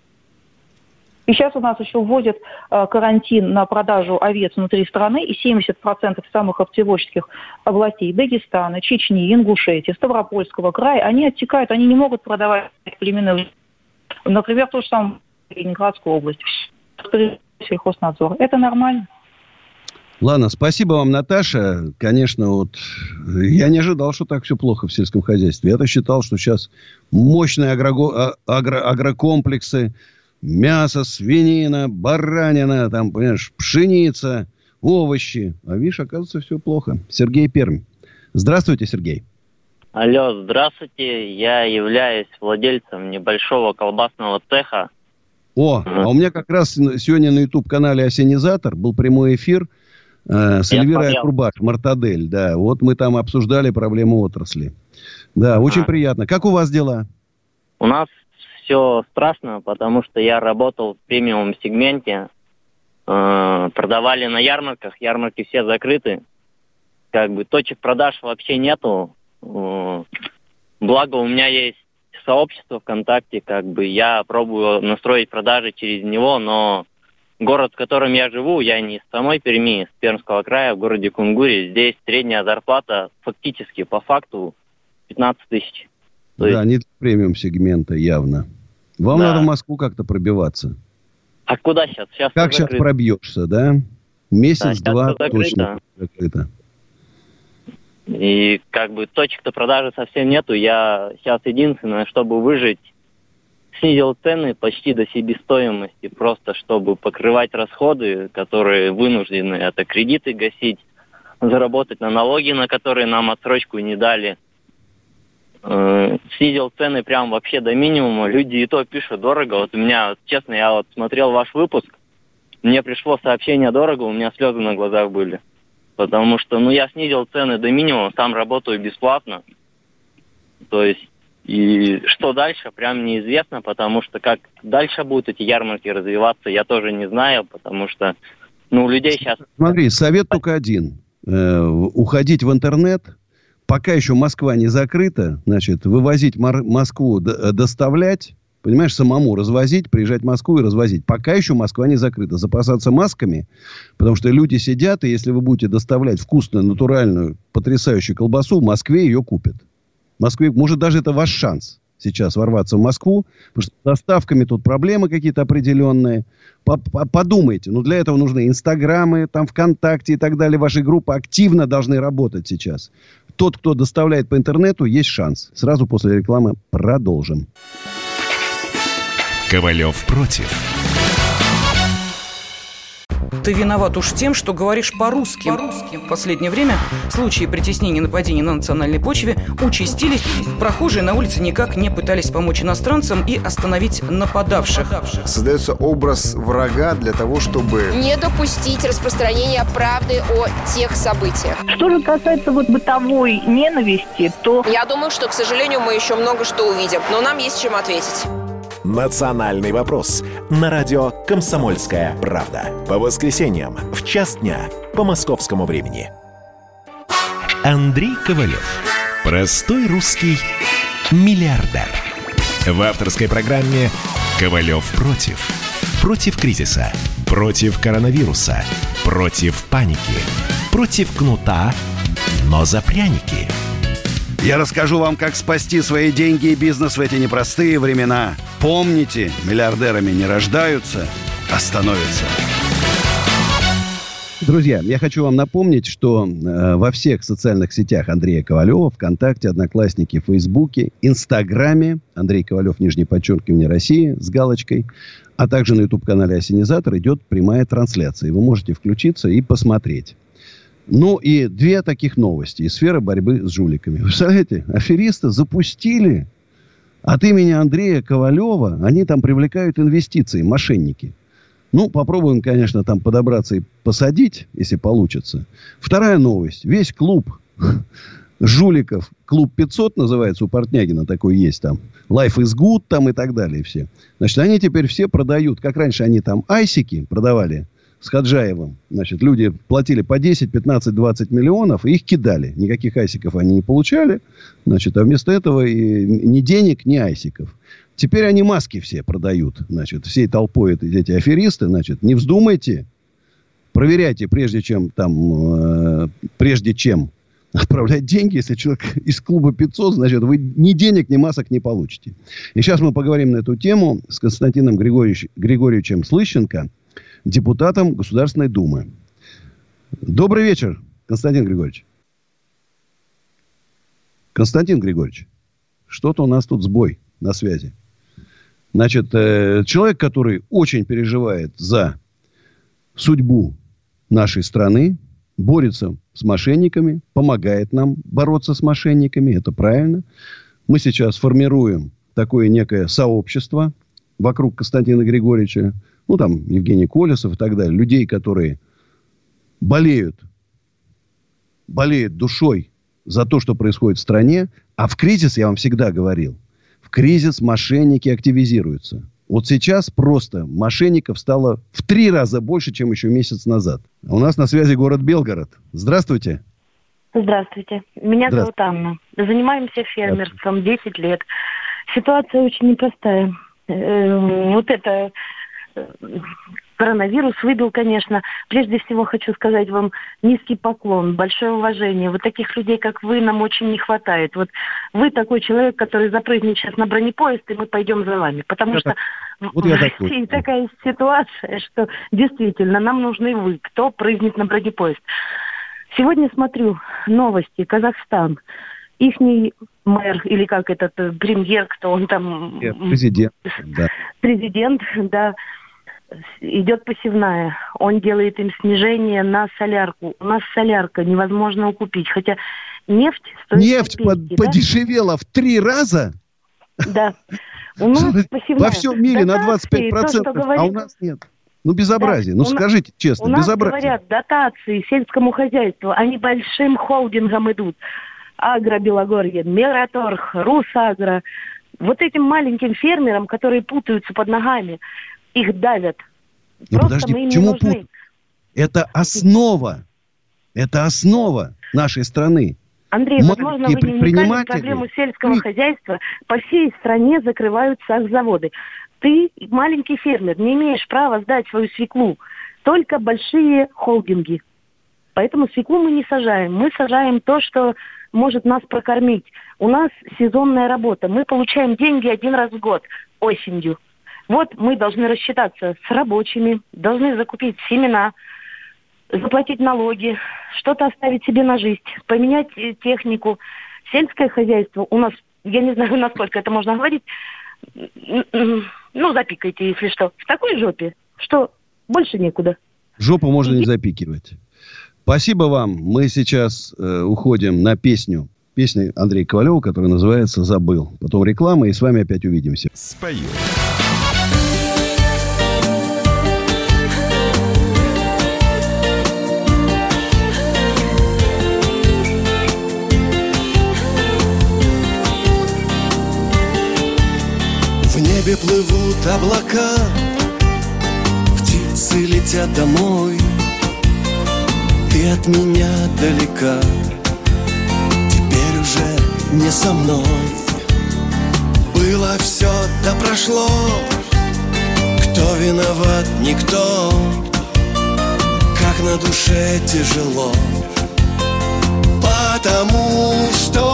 И сейчас у нас еще вводят карантин на продажу овец внутри страны, и 70% самых овцеводческих областей Дагестана, Чечни, Ингушетии, Ставропольского края, они оттекают, они не могут продавать племенные. Например, то же самое в Ленинградской области. Сельхознадзор. Это нормально. Ладно, спасибо вам, Наташа. Конечно, вот я не ожидал, что так все плохо в сельском хозяйстве. Я-то считал, что сейчас мощные агрокомплексы, мясо, свинина, баранина, там, понимаешь, пшеница, овощи. А видишь, оказывается, все плохо. Сергей, Пермь. Здравствуйте, Сергей. Алло, здравствуйте. Я являюсь владельцем небольшого колбасного цеха. А у меня как раз сегодня на YouTube-канале «Осенизатор» был прямой эфир с Эльвирой Акурбаш, Мортадель. Да, вот мы там обсуждали проблему отрасли. Да, очень приятно. Как у вас дела? У нас все страшно, потому что я работал в премиум-сегменте. Продавали на ярмарках. Ярмарки все закрыты. Как бы точек продаж вообще нету. Благо у меня есть сообщество ВКонтакте, как бы я пробую настроить продажи через него, но город, в котором я живу, я не из самой Перми, с Пермского края, в городе Кунгуре, здесь средняя зарплата фактически, по факту, 15 тысяч. Да, не премиум сегмента явно. Вам надо в Москву как-то пробиваться. А куда сейчас? Как сейчас пробьешься, да? Месяц-два точно закрыто. И как бы точек-то продажи совсем нету. Я сейчас единственное, чтобы выжить, снизил цены почти до себестоимости, просто чтобы покрывать расходы, которые вынуждены, это кредиты гасить, заработать на налоги, на которые нам отсрочку не дали. Снизил цены прям вообще до минимума. Люди и то пишут дорого. Вот у меня, честно, я вот смотрел ваш выпуск, мне пришло сообщение дорого, у меня слезы на глазах были. Потому что, я снизил цены до минимума, сам работаю бесплатно. То есть, и что дальше, прям неизвестно, потому что как дальше будут эти ярмарки развиваться, я тоже не знаю, потому что, у людей сейчас... Смотри, совет только один. Уходить в интернет. Пока еще Москва не закрыта, значит, вывозить Москву, доставлять, понимаешь, самому развозить, приезжать в Москву и развозить. Пока еще Москва не закрыта. Запасаться масками, потому что люди сидят, и если вы будете доставлять вкусную, натуральную, потрясающую колбасу, в Москве ее купят. В Москве, может, даже это ваш шанс сейчас ворваться в Москву, потому что с доставками тут проблемы какие-то определенные. Подумайте, для этого нужны Инстаграмы, там ВКонтакте и так далее. Ваши группы активно должны работать сейчас. Тот, кто доставляет по интернету, есть шанс. Сразу после рекламы продолжим. Ковалев против. Ты виноват уж тем, что говоришь по-русски. В последнее время случаи притеснения и нападений на национальной почве участились. Прохожие на улице никак не пытались помочь иностранцам и остановить нападавших. Создается образ врага для того, чтобы не допустить распространения правды о тех событиях. Что же касается бытовой ненависти, то... Я думаю, что, к сожалению, мы еще много что увидим, но нам есть чем ответить. «Национальный вопрос» на радио «Комсомольская правда». По воскресеньям в час дня по московскому времени. Андрей Ковалев. Простой русский миллиардер. В авторской программе «Ковалев против». Против кризиса, против коронавируса, против паники, против кнута, но за пряники. Я расскажу вам, как спасти свои деньги и бизнес в эти непростые времена. Помните, миллиардерами не рождаются, а становятся. Друзья, я хочу вам напомнить, что во всех социальных сетях Андрея Ковалева, ВКонтакте, Одноклассники, Фейсбуке, Инстаграме, Андрей Ковалев, _ Россия, с галочкой, а также на YouTube-канале «Осенизатор» идет прямая трансляция. И вы можете включиться и посмотреть. Ну и 2 таких новости из сферы борьбы с жуликами. Вы представляете, аферисты запустили от имени Андрея Ковалева, они там привлекают инвестиции, мошенники. Ну, попробуем, конечно, там подобраться и посадить, если получится. Вторая новость. Весь клуб жуликов, клуб 500 называется, у Портнягина такой есть там. Life is good там и так далее все. Значит, они теперь все продают. Как раньше они там айсики продавали с Хаджаевым. Значит, люди платили по 10, 15, 20 миллионов и их кидали. Никаких айсиков они не получали. Значит, а вместо этого ни денег, ни айсиков. Теперь они маски все продают. Значит, всей толпой эти аферисты. Значит, не вздумайте. Проверяйте, прежде чем отправлять деньги. Если человек из клуба 500, значит, вы ни денег, ни масок не получите. И сейчас мы поговорим на эту тему с Константином Григорьевичем Слыщенко, депутатом Государственной Думы. Добрый вечер, Константин Григорьевич. Константин Григорьевич, что-то у нас тут сбой на связи. Значит, человек, который очень переживает за судьбу нашей страны, борется с мошенниками, помогает нам бороться с мошенниками, это правильно. Мы сейчас формируем такое некое сообщество вокруг Константина Григорьевича, ну, там, Евгений Колесов и так далее, людей, которые болеют душой за то, что происходит в стране, а в кризис, я вам всегда говорил, в кризис мошенники активизируются. Вот сейчас просто мошенников стало в 3 раза больше, чем еще месяц назад. У нас на связи город Белгород. Здравствуйте. Здравствуйте. Меня зовут Анна. Занимаемся фермерством 10 лет. Ситуация очень непростая. Вот это коронавирус выбил, конечно. Прежде всего хочу сказать вам низкий поклон, большое уважение. Вот таких людей, как вы, нам очень не хватает. Вот вы такой человек, который запрыгнет сейчас на бронепоезд, и мы пойдем за вами. Потому что в России такая ситуация, что действительно нам нужны вы, кто прыгнет на бронепоезд. Сегодня смотрю новости. Казахстан. Ихний мэр, или как этот премьер, кто он там... Президент, да. Президент, да. Идет посевная. Он делает им снижение на солярку. У нас солярка невозможно купить. Хотя нефть стоит... Нефть подешевела в 3 раза? Да. У нас посевная. Во всем мире на 25%, а у нас нет. Ну, безобразие. Да. Ну, скажите честно, у нас безобразие. Говорят, дотации сельскому хозяйству, они большим холдингом идут. Агро-Белогорье, Мираторг, Русагро. Вот этим маленьким фермерам, которые путаются под ногами, их давят. Ну, подожди, почему путают? Это основа. Это основа нашей страны. Андрей, возможно, вы не вникали в проблему сельского хозяйства. По всей стране закрывают сахзаводы. Ты, маленький фермер, не имеешь права сдать свою свеклу. Только большие холдинги. Поэтому свеклу мы не сажаем. Мы сажаем то, что может нас прокормить. У нас сезонная работа. Мы получаем деньги 1 раз в год, осенью. Вот мы должны рассчитаться с рабочими, должны закупить семена, заплатить налоги, что-то оставить себе на жизнь, поменять технику. Сельское хозяйство у нас, я не знаю, насколько это можно говорить, ну, запикайте, если что, в такой жопе, что больше некуда. Жопу можно не запикивать. Спасибо вам. Мы сейчас уходим на песню. Песня Андрея Ковалева, которая называется «Забыл». Потом реклама, и с вами опять увидимся. Спою. В небе плывут облака, птицы летят домой. Ты от меня далека, не со мной. Было все, да прошло. Кто виноват? Никто. Как на душе тяжело, потому что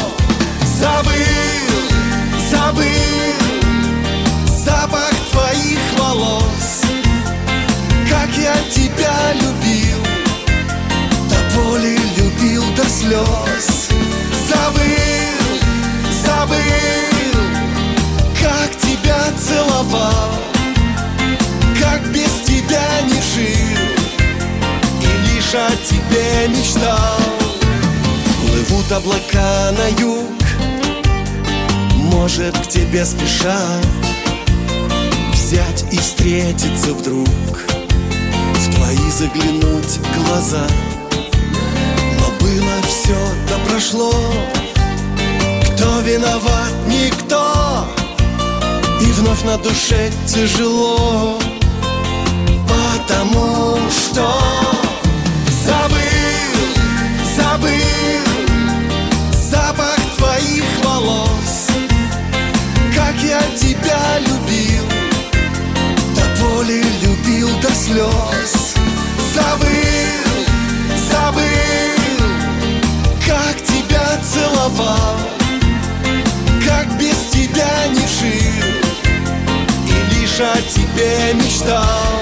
забыл запах твоих волос. Как я тебя любил, до боли любил, до слез. Забыл, как тебя целовал, как без тебя не жил и лишь о тебе мечтал. Плывут облака на юг, может, к тебе спешат взять и встретиться вдруг, в твои заглянуть глаза. Но было все, да прошло. Кто виноват? Никто. И вновь на душе тяжело, потому что забыл запах твоих волос. Как я тебя любил, до боли любил, до слез. Забыл, как тебя целовал, как без тебя не жил и лишь о тебе мечтал.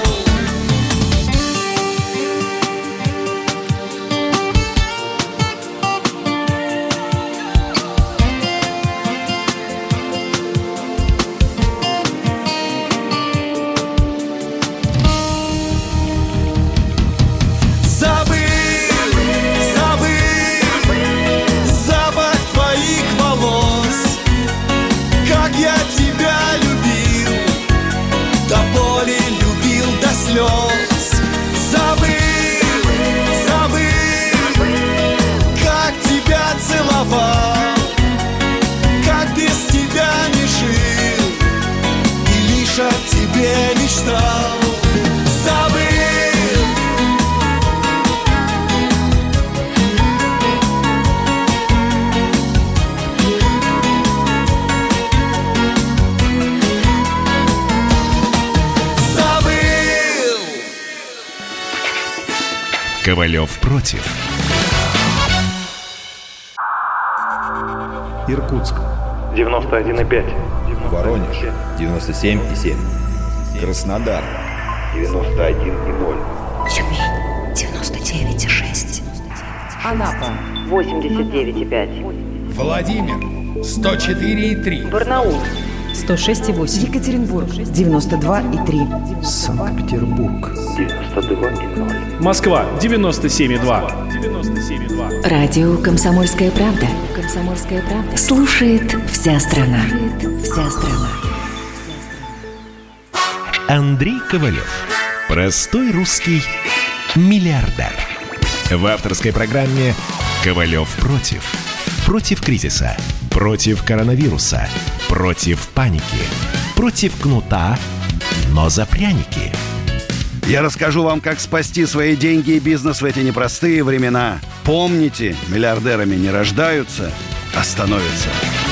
Как без тебя не жил и лишь о тебе мечтал. Забыл. Ковалев против. Иркутск 91,5, Воронеж 97,7, Краснодар 91,0, Тюмень 99,6, Анапа 89,5, Владимир 104,3, Барнаул 106,8, Екатеринбург 92,3, Санкт-Петербург 92,0, Москва 97,2. Радио «Комсомольская правда». «Комсомольская правда». Слушает вся страна. Андрей Ковалев. Простой русский миллиардер. В авторской программе «Ковалев против». Против кризиса, против коронавируса, против паники, против кнута, но за пряники. Я расскажу вам, как спасти свои деньги и бизнес в эти непростые времена. Помните, миллиардерами не рождаются, а становятся.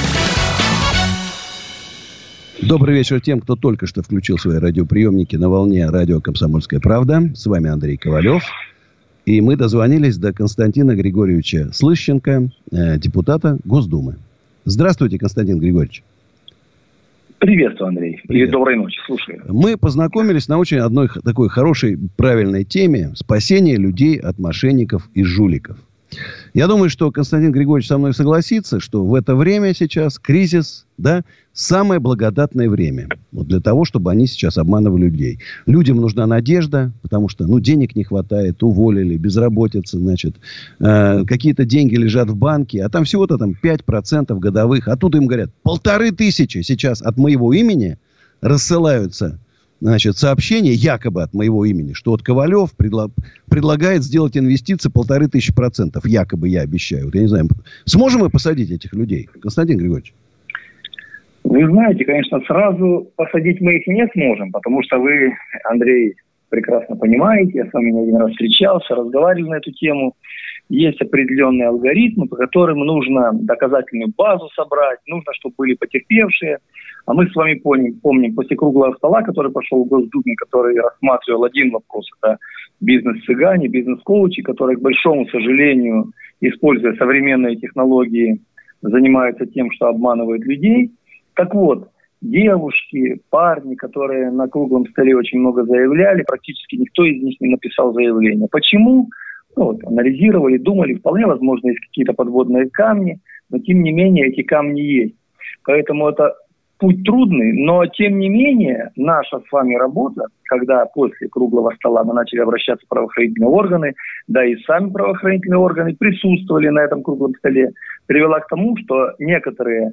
Добрый вечер тем, кто только что включил свои радиоприемники на волне радио «Комсомольская правда». С вами Андрей Ковалев. И мы дозвонились до Константина Григорьевича Слыщенко, депутата Госдумы. Здравствуйте, Константин Григорьевич. Приветствую, Андрей. Привет. И доброй ночи. Слушаю. Мы познакомились на очень одной такой хорошей, правильной теме – спасение людей от мошенников и жуликов. Я думаю, что Константин Григорьевич со мной согласится, что в это время сейчас кризис, да, самое благодатное время вот для того, чтобы они сейчас обманывали людей. Людям нужна надежда, потому что, денег не хватает, уволили, безработица, значит, какие-то деньги лежат в банке, а там всего-то 5% годовых. А тут им говорят, 1500 сейчас от моего имени рассылаются, значит, сообщение якобы от моего имени, что вот Ковалев предлагает сделать инвестиции 1500%. Якобы я обещаю. Вот я не знаю, сможем мы посадить этих людей? Константин Григорьевич. Вы знаете, конечно, сразу посадить мы их не сможем, потому что вы, Андрей, прекрасно понимаете, я с вами не один раз встречался, разговаривали на эту тему. есть определенные алгоритмы, по которым нужно доказательную базу собрать, нужно, чтобы были потерпевшие. А мы с вами помним после круглого стола, который пошел в Госдуме, который рассматривал один вопрос, это бизнес-цыгане, бизнес-коучи, которые, к большому сожалению, используя современные технологии, занимаются тем, что обманывают людей. Так вот, девушки, парни, которые на круглом столе очень много заявляли, практически никто из них не написал заявление. Почему? Анализировали, думали, вполне возможно, есть какие-то подводные камни, но тем не менее эти камни есть. Поэтому это путь трудный, но тем не менее наша с вами работа, когда после круглого стола мы начали обращаться в правоохранительные органы, да и сами правоохранительные органы присутствовали на этом круглом столе, привела к тому, что некоторые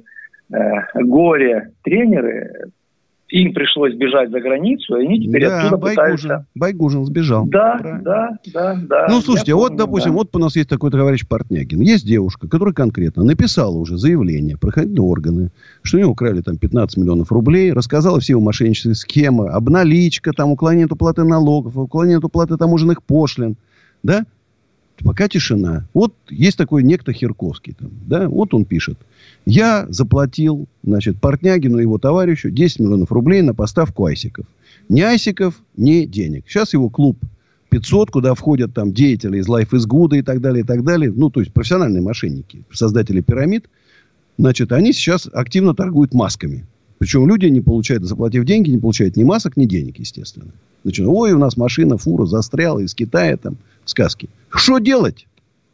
горе-тренеры, им пришлось бежать за границу, и они теперь оттуда пытаются... Байгужин сбежал. Да. Ну, слушайте, допустим, вот у нас есть такой товарищ Портнягин. Есть девушка, которая конкретно написала уже заявление в правоохранительные органы, что у нее украли там 15 миллионов рублей, рассказала все его мошеннические схемы, обналичка, там, уклонение от уплаты налогов, уклонение от уплаты таможенных пошлин, да? Пока тишина. Вот есть такой некто Хирковский. Там, да? Вот он пишет. Я заплатил, Портнягину и его товарищу 10 миллионов рублей на поставку айсиков. Ни айсиков, ни денег. Сейчас его клуб 500, куда входят там деятели из Life is Good и так далее, и так далее. Ну, то есть профессиональные мошенники, создатели пирамид. Они сейчас активно торгуют масками. Причем люди не получают, заплатив деньги, не получают ни масок, ни денег, естественно. Ой, у нас машина, фура застряла из Китая, там, сказки. Что делать?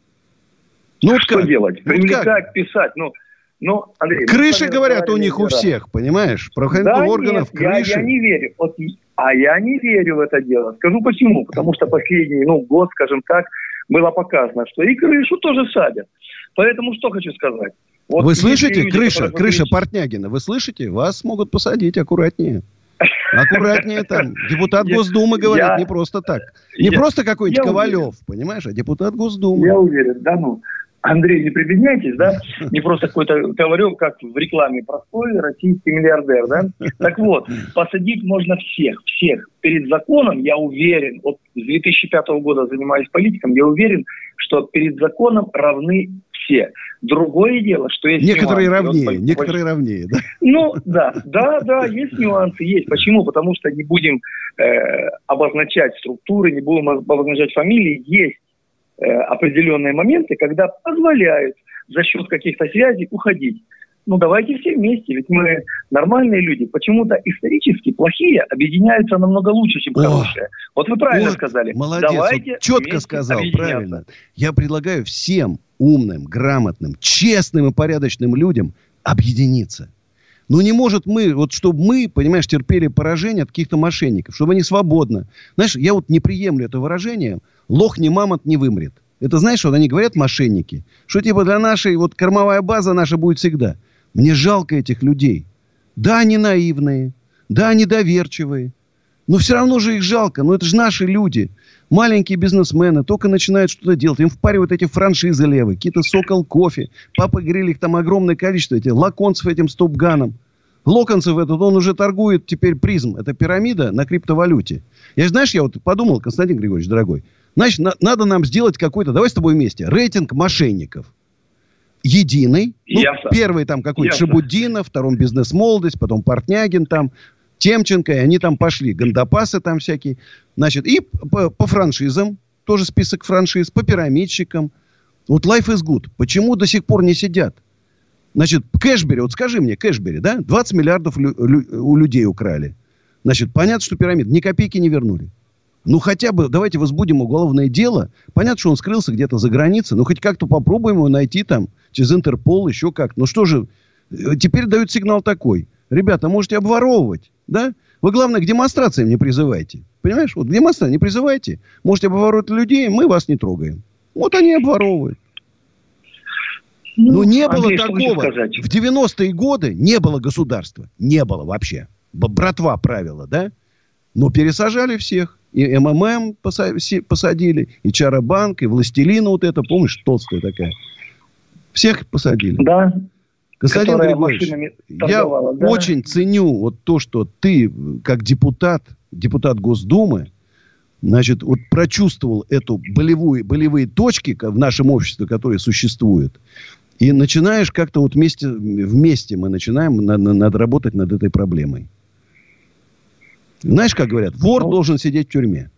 Что делать? Привлекать, писать. Андрей, крыши, говорят, у них у всех, понимаешь? Правоохранительных органов крыши. Я не верю. Я не верю в это дело. Скажу почему. Потому что последний год, скажем так, было показано, что и крышу тоже садят. Поэтому что хочу сказать. Вы слышите? Крыша Портнягина. Вы слышите? Вас могут посадить аккуратнее. Аккуратнее там. Депутат Госдумы говорит не просто так. Не просто какой-нибудь Ковалев, понимаешь, а депутат Госдумы. Я уверен, Андрей, не прибедняйтесь, не просто какой-то Ковалев, как в рекламе простой российский миллиардер, Так вот, посадить можно всех. Перед законом, я уверен, с 2005 года занимаюсь политиком, я уверен, что перед законом равны все. Другое дело, что есть некоторые равнее, да? Да, есть нюансы, есть. Почему? Потому что не будем обозначать структуры, не будем обозначать фамилии. Есть определенные моменты, когда позволяют за счет каких-то связей уходить. Давайте все вместе, ведь мы нормальные люди. Почему-то исторически плохие объединяются намного лучше, чем хорошие. Вот вы правильно сказали. Молодец, давайте четко сказал, правильно. Я предлагаю всем умным, грамотным, честным и порядочным людям объединиться. Не может чтобы мы, понимаешь, терпели поражение от каких-то мошенников, чтобы они свободно. Знаешь, я не приемлю это выражение «лох не мамонт не вымрет». Это знаешь, они говорят, мошенники, что для нашей кормовая база наша будет всегда. Мне жалко этих людей. Да, они наивные, да, они доверчивые, но все равно же их жалко. Это же наши люди. Маленькие бизнесмены только начинают что-то делать. Им впаривают эти франшизы левые. Какие-то Сокол кофе. Папа Гриль, их там огромное количество. Эти лаконцев этим стопганом. Локонцев он уже торгует теперь призм. Это пирамида на криптовалюте. Я подумал, Константин Григорьевич, дорогой. Значит, надо нам сделать какой-то, давай с тобой вместе, рейтинг мошенников. Единый. Первый там какой-то Шабуддинов, втором бизнес-молодость, потом Портнягин там, Темченко, и они там пошли. Гандапасы там всякие. И по франшизам, тоже список франшиз, по пирамидщикам. Life is Good. Почему до сих пор не сидят? Кэшбери, скажи мне, Кэшбери, да? 20 миллиардов у людей украли. Понятно, что пирамид ни копейки не вернули. Хотя бы давайте возбудим уголовное дело. Понятно, что он скрылся где-то за границей. Хоть как-то попробуем его найти там через Интерпол, еще как. Что же, теперь дают сигнал такой. Ребята, можете обворовывать, да? Вы, главное, к демонстрациям не призывайте. Понимаешь? К демонстрациям не призывайте. Можете обворовывать людей, мы вас не трогаем. Они обворовывают. Не было Андрей, такого. В 90-е годы не было государства. Не было вообще. Братва правила, да? Но пересажали всех. И МММ посадили, и Чарабанк, и Властелина помнишь, толстая такая. Всех посадили. Да. Константин Григорьевич, я очень ценю то, что ты, как депутат Госдумы, значит, вот прочувствовал эту болевые точки в нашем обществе, которые существуют, и начинаешь как-то вот вместе мы начинаем надо работать над этой проблемой. Знаешь, как говорят, вор должен сидеть в тюрьме.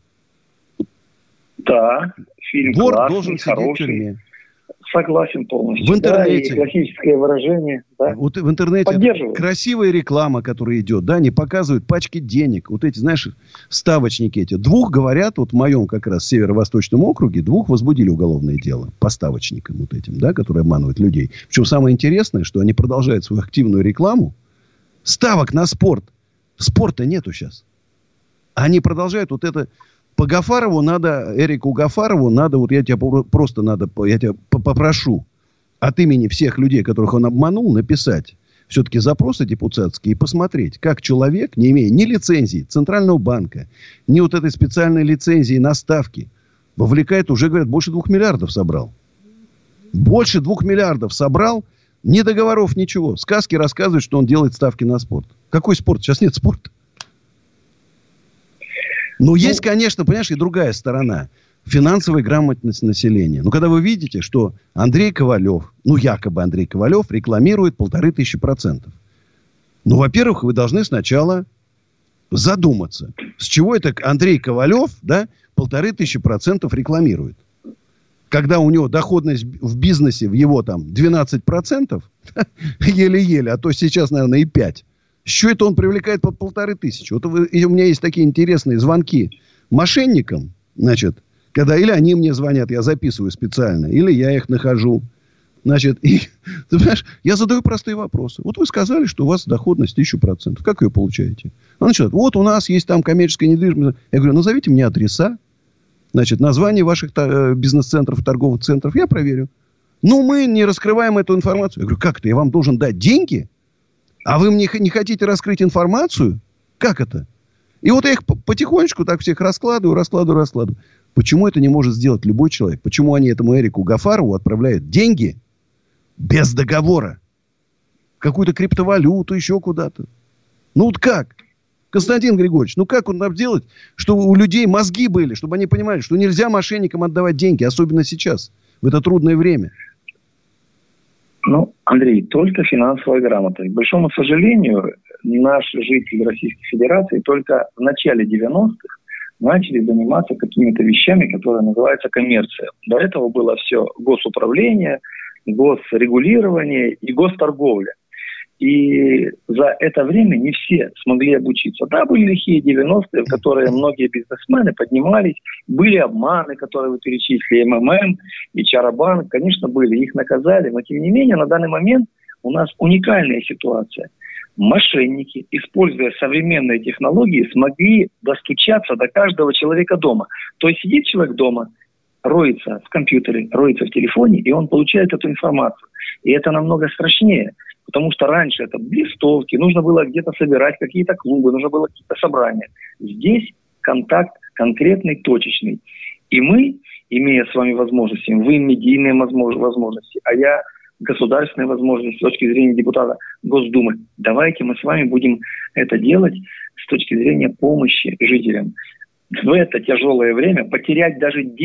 Да, фильм вор классный, должен хороший. сидеть в тюрьме. Согласен полностью. В интернете. Да, и классическое выражение. Да. Вот в интернете красивая реклама, которая идет, да, они показывают пачки денег. Вот эти, знаешь, ставочники эти. 2 говорят, вот в моем как раз северо-восточном округе, 2 возбудили уголовное дело по ставочникам вот этим, да, которые обманывают людей. Причем самое интересное, что они продолжают свою активную рекламу. Ставок на спорт. Спорта нету сейчас. Они продолжают вот это... По Гафарову надо, Эрику Гафарову надо, вот я тебя просто надо, я тебя попрошу от имени всех людей, которых он обманул, написать все-таки запросы депутатские и посмотреть, как человек, не имея ни лицензии Центрального банка, ни вот этой специальной лицензии на ставки, вовлекает, уже, говорят, больше 2 миллиардов собрал. Больше 2 миллиардов собрал, ни договоров, ничего. Сказки рассказывают, что он делает ставки на спорт. Какой спорт? Сейчас нет спорта. Но есть, конечно, понимаешь, и другая сторона. Финансовая грамотность населения. Но когда вы видите, что Андрей Ковалев, якобы Андрей Ковалев, рекламирует 1500%. Ну, во-первых, вы должны сначала задуматься. С чего это Андрей Ковалев, да, 1500% рекламирует? Когда у него доходность в бизнесе в его там 12%, еле-еле, а то сейчас, наверное, и 5%. С чего это он привлекает по 1500? Вот у меня есть такие интересные звонки мошенникам, значит, когда или они мне звонят, я записываю специально, или я их нахожу. Значит, и, ты понимаешь, я задаю простые вопросы. Вот вы сказали, что у вас доходность 1000%. Как ее получаете? Он начинает, вот у нас есть там коммерческая недвижимость. Я говорю, назовите мне адреса, значит, название ваших бизнес-центров, торговых центров. Я проверю. Ну, мы не раскрываем эту информацию. Я говорю, как это? Я вам должен дать деньги? А вы мне не хотите раскрыть информацию? Как это? И вот я их потихонечку так всех раскладываю. Почему это не может сделать любой человек? Почему они этому Эрику Гафарову отправляют деньги без договора? Какую-то криптовалюту, еще куда-то. Ну вот как? Константин Григорьевич, ну как он нам делать, чтобы у людей мозги были, чтобы они понимали, что нельзя мошенникам отдавать деньги, особенно сейчас, в это трудное время? Ну, Андрей, только финансовая грамотность. К большому сожалению, наши жители Российской Федерации только в начале 90-х начали заниматься какими-то вещами, которые называются коммерция. До этого было все госуправление, госрегулирование и госторговля. И за это время не все смогли обучиться. Да, были лихие 90-е, в которые многие бизнесмены поднимались. Были обманы, которые вы перечислили, МММ и Чарабанк. Конечно, были, их наказали. Но, тем не менее, на данный момент у нас уникальная ситуация. Мошенники, используя современные технологии, смогли достучаться до каждого человека дома. То есть сидит человек дома, роется в компьютере, роется в телефоне, и он получает эту информацию. И это намного страшнее. Потому что раньше это листовки, нужно было где-то собирать какие-то клубы, нужно было какие-то собрания. Здесь контакт конкретный, точечный. И мы, имея с вами возможности, вы медийные возможности, а я государственные возможности с точки зрения депутата Госдумы, давайте мы с вами будем это делать с точки зрения помощи жителям. В это тяжелое время потерять даже 10-15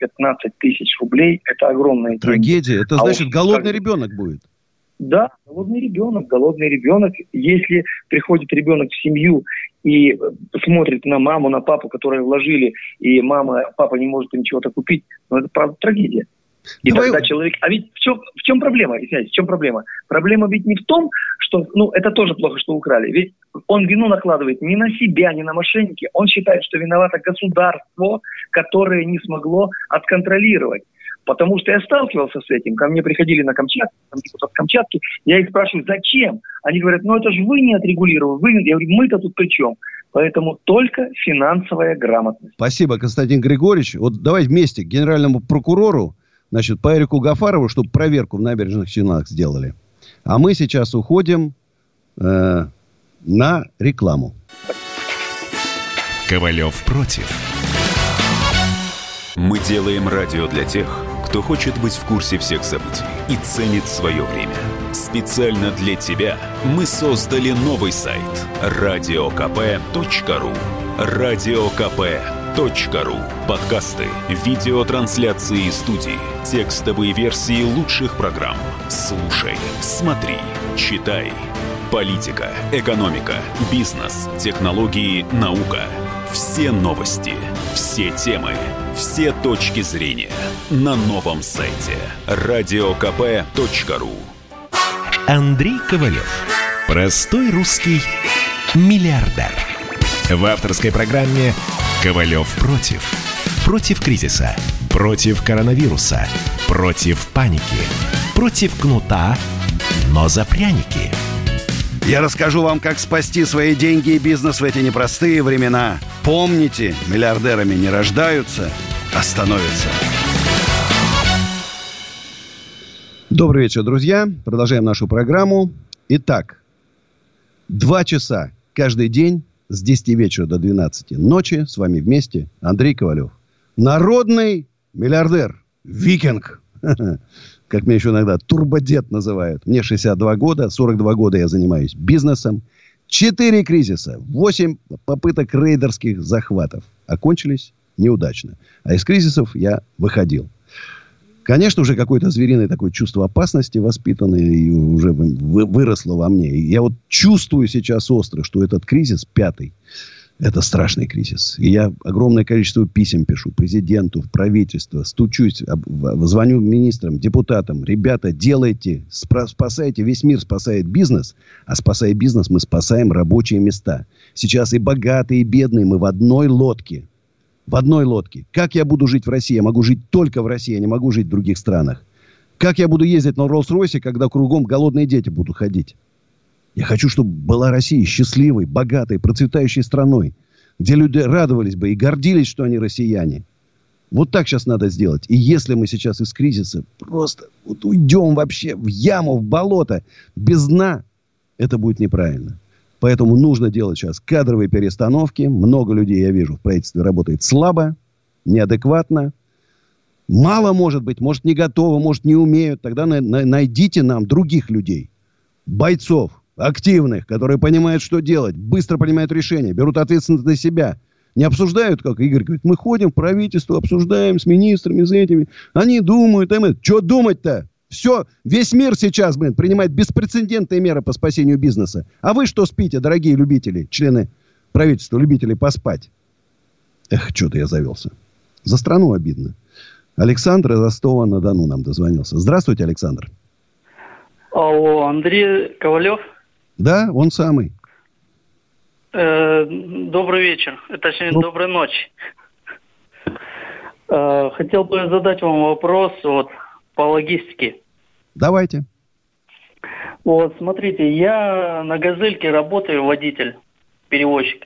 тысяч рублей – это огромная трагедия. Это значит, голодный ребенок будет. Да, голодный ребенок. Если приходит ребенок в семью и смотрит на маму, на папу, которые вложили, и папа не может им чего-то купить, ну это правда трагедия. И тогда человек... А ведь в чем проблема? Извиняюсь, в чем проблема? Проблема ведь не в том, что... Ну, это тоже плохо, что украли. Ведь он вину накладывает не на себя, не на мошенники. Он считает, что виновато государство, которое не смогло отконтролировать. Потому что я сталкивался с этим. Ко мне приходили на Камчатку, там депутат Камчатки. Я их спрашиваю, зачем? Они говорят, ну это же вы не отрегулировали. Я говорю, мы-то тут при чем? Поэтому только финансовая грамотность. Спасибо, Константин Григорьевич. Вот давай вместе к генеральному прокурору, значит, по Эрику Гафарову, чтобы проверку в Набережных Челнах сделали. А мы сейчас уходим на рекламу. Ковалев против. Мы делаем радио для тех, кто хочет быть в курсе всех событий и ценит свое время. Специально для тебя мы создали новый сайт радиокп.ру. Радиокп.ру. Подкасты, видеотрансляции студии, текстовые версии лучших программ. Слушай, смотри, читай. Политика, экономика, бизнес, технологии, наука. Все новости, все темы, все точки зрения на новом сайте radiokp.ru. Андрей Ковалев. Простой русский миллиардер. В авторской программе «Ковалев против». Против кризиса, против коронавируса, против паники, против кнута, но за пряники. Я расскажу вам, как спасти свои деньги и бизнес в эти непростые времена. Помните, миллиардерами не рождаются, а становятся. Добрый вечер, друзья. Продолжаем нашу программу. Итак, 2 часа каждый день с 10 вечера до 12 ночи. С вами вместе Андрей Ковалев. Народный миллиардер. Викинг. Как меня еще иногда турбодед называют. Мне 62 года. 42 года я занимаюсь бизнесом. 4 кризиса. 8 попыток рейдерских захватов. Окончились неудачно. А из кризисов я выходил. Конечно, уже какое-то звериное такое чувство опасности воспитанное и уже выросло во мне. И я вот чувствую сейчас остро, что этот кризис 5-й, это страшный кризис. И я огромное количество писем пишу президенту, в правительство, стучусь, звоню министрам, депутатам. Ребята, делайте, спасайте. Весь мир спасает бизнес, а спасая бизнес, мы спасаем рабочие места. Сейчас и богатые, и бедные мы в одной лодке. В одной лодке. Как я буду жить в России? Я могу жить только в России, я не могу жить в других странах. Как я буду ездить на Роллс-Ройсе, когда кругом голодные дети будут ходить? Я хочу, чтобы была Россия счастливой, богатой, процветающей страной, где люди радовались бы и гордились, что они россияне. Вот так сейчас надо сделать. И если мы сейчас из кризиса просто вот уйдем вообще в яму, в болото, без дна, это будет неправильно. Поэтому нужно делать сейчас кадровые перестановки. Много людей, я вижу, в правительстве работает слабо, неадекватно. Мало может быть, может не готовы, может не умеют. Тогда найдите нам других людей. Бойцов, активных, которые понимают, что делать. Быстро принимают решения, берут ответственность на себя. Не обсуждают, как Игорь говорит, мы ходим в правительство, обсуждаем с министрами, с этими. Они думают, что думать-то? Все, весь мир сейчас, принимает беспрецедентные меры по спасению бизнеса. А вы что спите, дорогие любители, члены правительства, любители поспать? Эх, что-то я завелся. За страну обидно. Александр из Ростова-на-Дону нам дозвонился. Здравствуйте, Александр. Алло, Андрей Ковалев? Да, он самый. Добрый вечер. Точнее, доброй ночи. Хотел бы задать вам вопрос по логистике. Давайте. Вот, смотрите, я на «Газельке» работаю, водитель, перевозчик.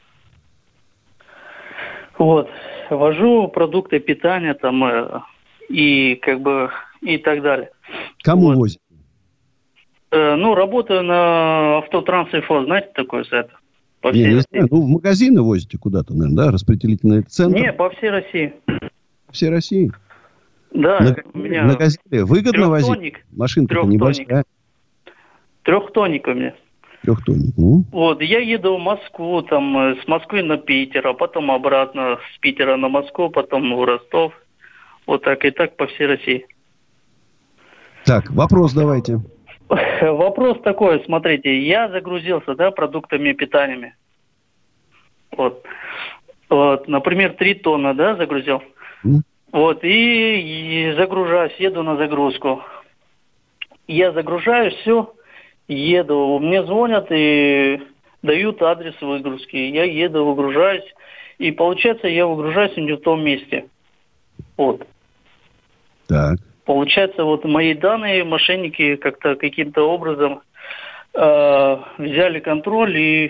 Вот, вожу продукты питания там и и так далее. Кому возите? Работаю на Автотранс-Инфо, знаете такое сайт? По всей России. Знаю. В магазины возите куда-то, наверное, да? Распределительный центр? Не, по всей России. По всей России? Да, у меня на «Газели» выгодно возить? Машинка-то небольшая. 3-тонник у меня. 3-тонник. Вот, я еду в Москву, там, с Москвы на Питер, а потом обратно с Питера на Москву, потом в Ростов. Вот так и так по всей России. Так, вопрос давайте. Вопрос такой, смотрите, я загрузился, продуктами питаниями. Вот, например, 3 тонны, загрузил. Вот, и загружаюсь, еду на загрузку. Я загружаюсь, все, еду. Мне звонят и дают адрес выгрузки. Я еду, выгружаюсь. И получается, я выгружаюсь не в том месте. Вот. Так. Получается, мои данные мошенники каким-то образом взяли контроль и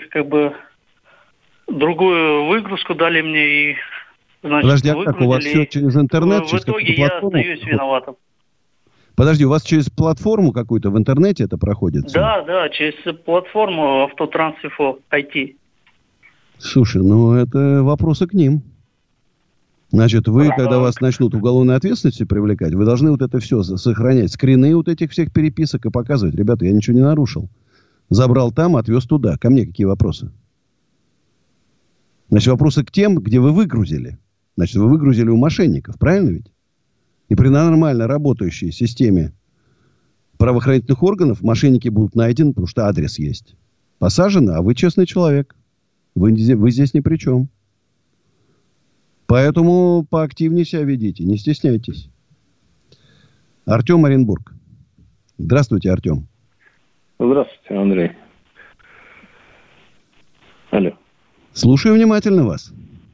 другую выгрузку дали мне и... Значит, подожди, а как у вас все через интернет? В итоге я остаюсь виноватым. Подожди, у вас через платформу какую-то в интернете это проходит? Да, через платформу Автотранс-Инфо IT. Слушай, это вопросы к ним. Значит, вы, когда вас начнут уголовной ответственностью привлекать, вы должны это все сохранять. Скрины этих всех переписок и показывать. Ребята, я ничего не нарушил. Забрал там, отвез туда. Ко мне какие вопросы? Значит, вопросы к тем, где вы выгрузили. Значит, вы выгрузили у мошенников, правильно ведь? И при нормально работающей системе правоохранительных органов мошенники будут найдены, потому что адрес есть. Посажены, а вы честный человек. Вы здесь ни при чем. Поэтому поактивнее себя ведите, не стесняйтесь. Артем, Оренбург. Здравствуйте, Артем. Здравствуйте, Андрей. Алло. Слушаю внимательно вас.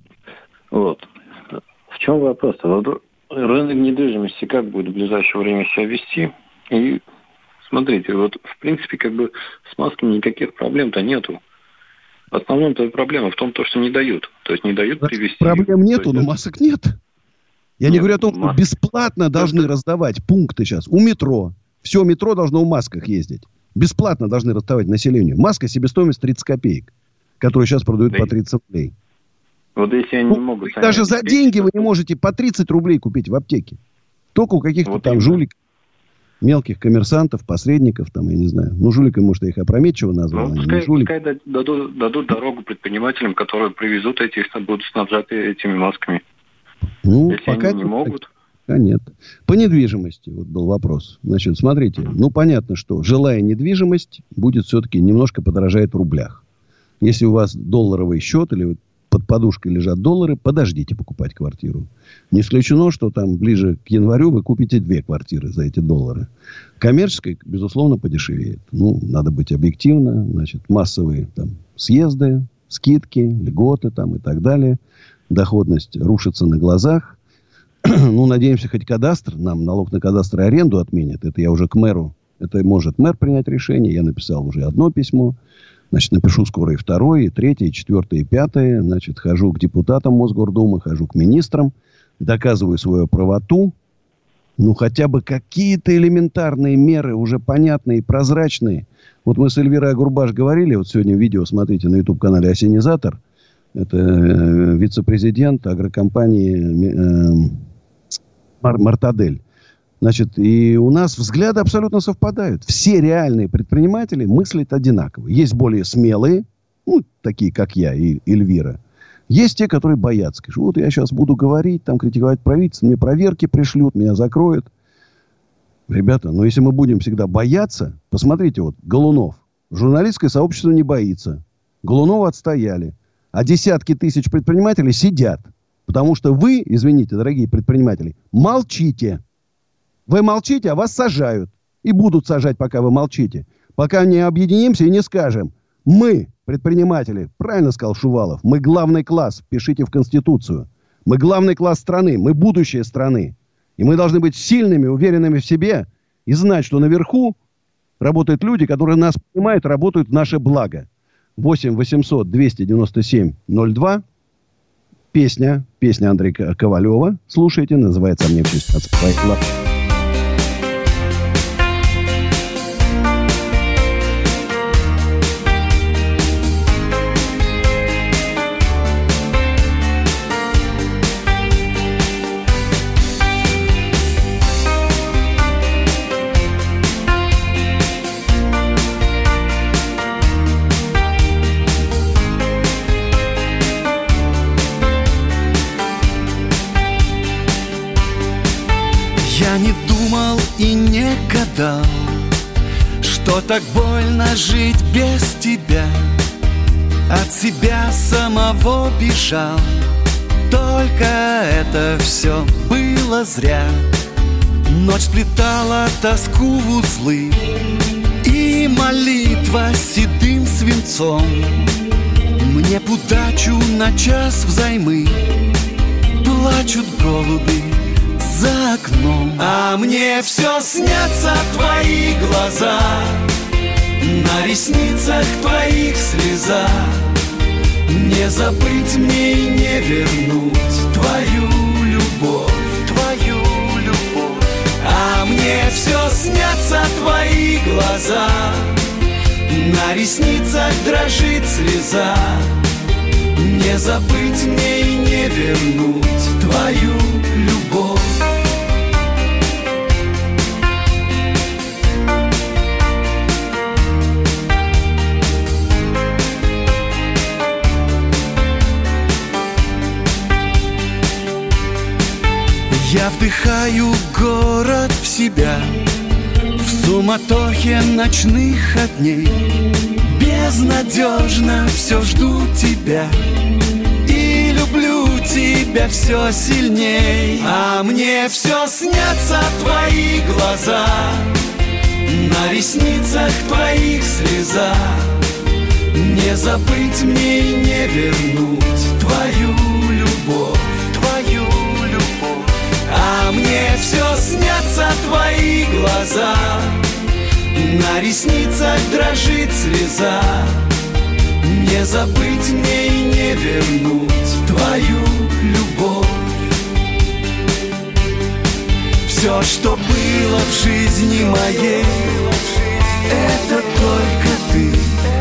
Вот. В чем вопрос? Вот рынок недвижимости как будет в ближайшее время себя вести? И смотрите, вот в принципе как бы с масками никаких проблем-то нету. Основная проблема в том, что не дают. То есть не дают привезти. Проблем нету, но масок нет. Я не говорю о том, что бесплатно должны раздавать пункты сейчас у метро. Все метро должно в масках ездить. Бесплатно должны раздавать населению. Маска себестоимость 30 копеек, которую сейчас продают по 30 рублей. Вот если они не могут... Даже за деньги вы не можете по 30 рублей купить в аптеке. Только у каких-то вот там жуликов, мелких коммерсантов, посредников, там, я не знаю. Ну, жуликами, может, я их опрометчиво назвал. Ну, пускай дадут дорогу предпринимателям, которые привезут будут снабжать этими масками. Ну, если пока они не могут... Нет. По недвижимости вот был вопрос. Значит, смотрите. Ну, понятно, что жилая недвижимость будет все-таки немножко подорожает в рублях. Если у вас долларовый счет или под подушкой лежат доллары, подождите покупать квартиру. Не исключено, что там ближе к январю вы купите 2 квартиры за эти доллары. Коммерческой, безусловно, подешевеет. Ну, надо быть объективно. Значит, массовые там съезды, скидки, льготы там и так далее. Доходность рушится на глазах. Ну, надеемся, хоть кадастр, нам налог на кадастр и аренду отменят. Это я уже к мэру. Это может мэр принять решение. Я написал уже одно письмо. Значит, напишу скоро и 2, и 3, и 4, и 5. Значит, хожу к депутатам Мосгордумы, хожу к министрам. Доказываю свою правоту. Ну, хотя бы какие-то элементарные меры, уже понятные и прозрачные. Вот мы с Эльвирой Агурбаш говорили, вот сегодня видео смотрите на YouTube-канале «Осенизатор». Это вице-президент агрокомпании «Мартадель». Значит, и у нас взгляды абсолютно совпадают. Все реальные предприниматели мыслят одинаково. Есть более смелые, ну, такие, как я и Эльвира. Есть те, которые боятся. Скажут, вот я сейчас буду говорить, там, критиковать правительство, мне проверки пришлют, меня закроют. Ребята, ну, если мы будем всегда бояться... Посмотрите, вот, Голунов. Журналистское сообщество не боится. Голунова отстояли. А десятки тысяч предпринимателей сидят. Потому что вы, извините, дорогие предприниматели, молчите. Вы молчите, а вас сажают. И будут сажать, пока вы молчите. Пока не объединимся и не скажем. Мы, предприниматели, правильно сказал Шувалов, мы главный класс, пишите в Конституцию. Мы главный класс страны, мы будущее страны. И мы должны быть сильными, уверенными в себе. И знать, что наверху работают люди, которые нас понимают, работают в наше благо. 8 800 297 02. Песня Андрея Ковалева. Слушайте, называется «Мне в честь отца». Я не думал и не гадал, что так больно жить без тебя. От себя самого бежал, только это все было зря. Ночь сплетала тоску в узлы, и молитва седым свинцом мне б удачу на час взаймы. Плачут голуби за окном, а мне все снятся твои глаза, на ресницах твоих слеза. Не забыть мне и не вернуть твою любовь, твою любовь. А мне все снятся твои глаза, на ресницах дрожит слеза. Не забыть мне и не вернуть твою любовь. Я вдыхаю город в себя, в суматохе ночных огней. Безнадежно все жду тебя и люблю тебя все сильней. А мне все снятся твои глаза, на ресницах твоих слеза. Не забыть мне и не вернуть твою любовь, твою любовь. А мне все снятся твои глаза, на ресницах дрожит слеза. Не забыть мне и не вернуть твою любовь. Все, что было в жизни моей, это только ты.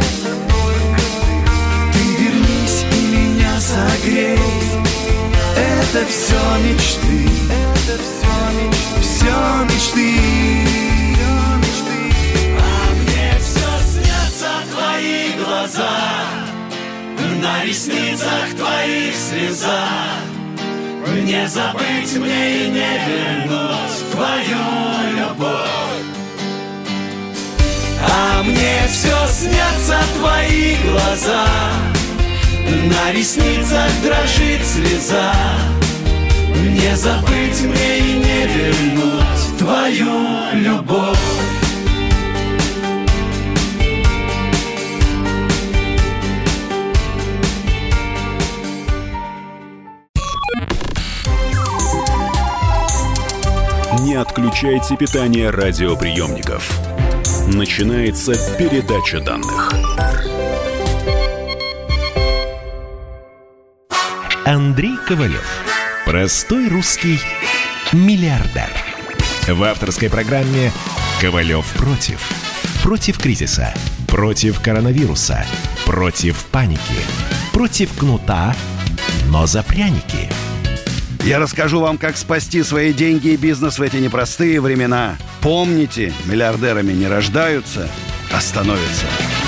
Ты вернись и меня согрей. Это все мечты, все мечты. А мне все снятся твои глаза, на ресницах твоих слеза. Не забыть мне и не вернуть твою любовь. А мне все снятся твои глаза, на ресницах дрожит слеза. Не забыть мне и не вернуть твою любовь. Не отключайте питание радиоприемников. Начинается передача данных. Андрей Ковалев. Простой русский миллиардер. В авторской программе «Ковалев против». Против кризиса, против коронавируса, против паники, против кнута, но за пряники. Я расскажу вам, как спасти свои деньги и бизнес в эти непростые времена. Помните, миллиардерами не рождаются, а становятся.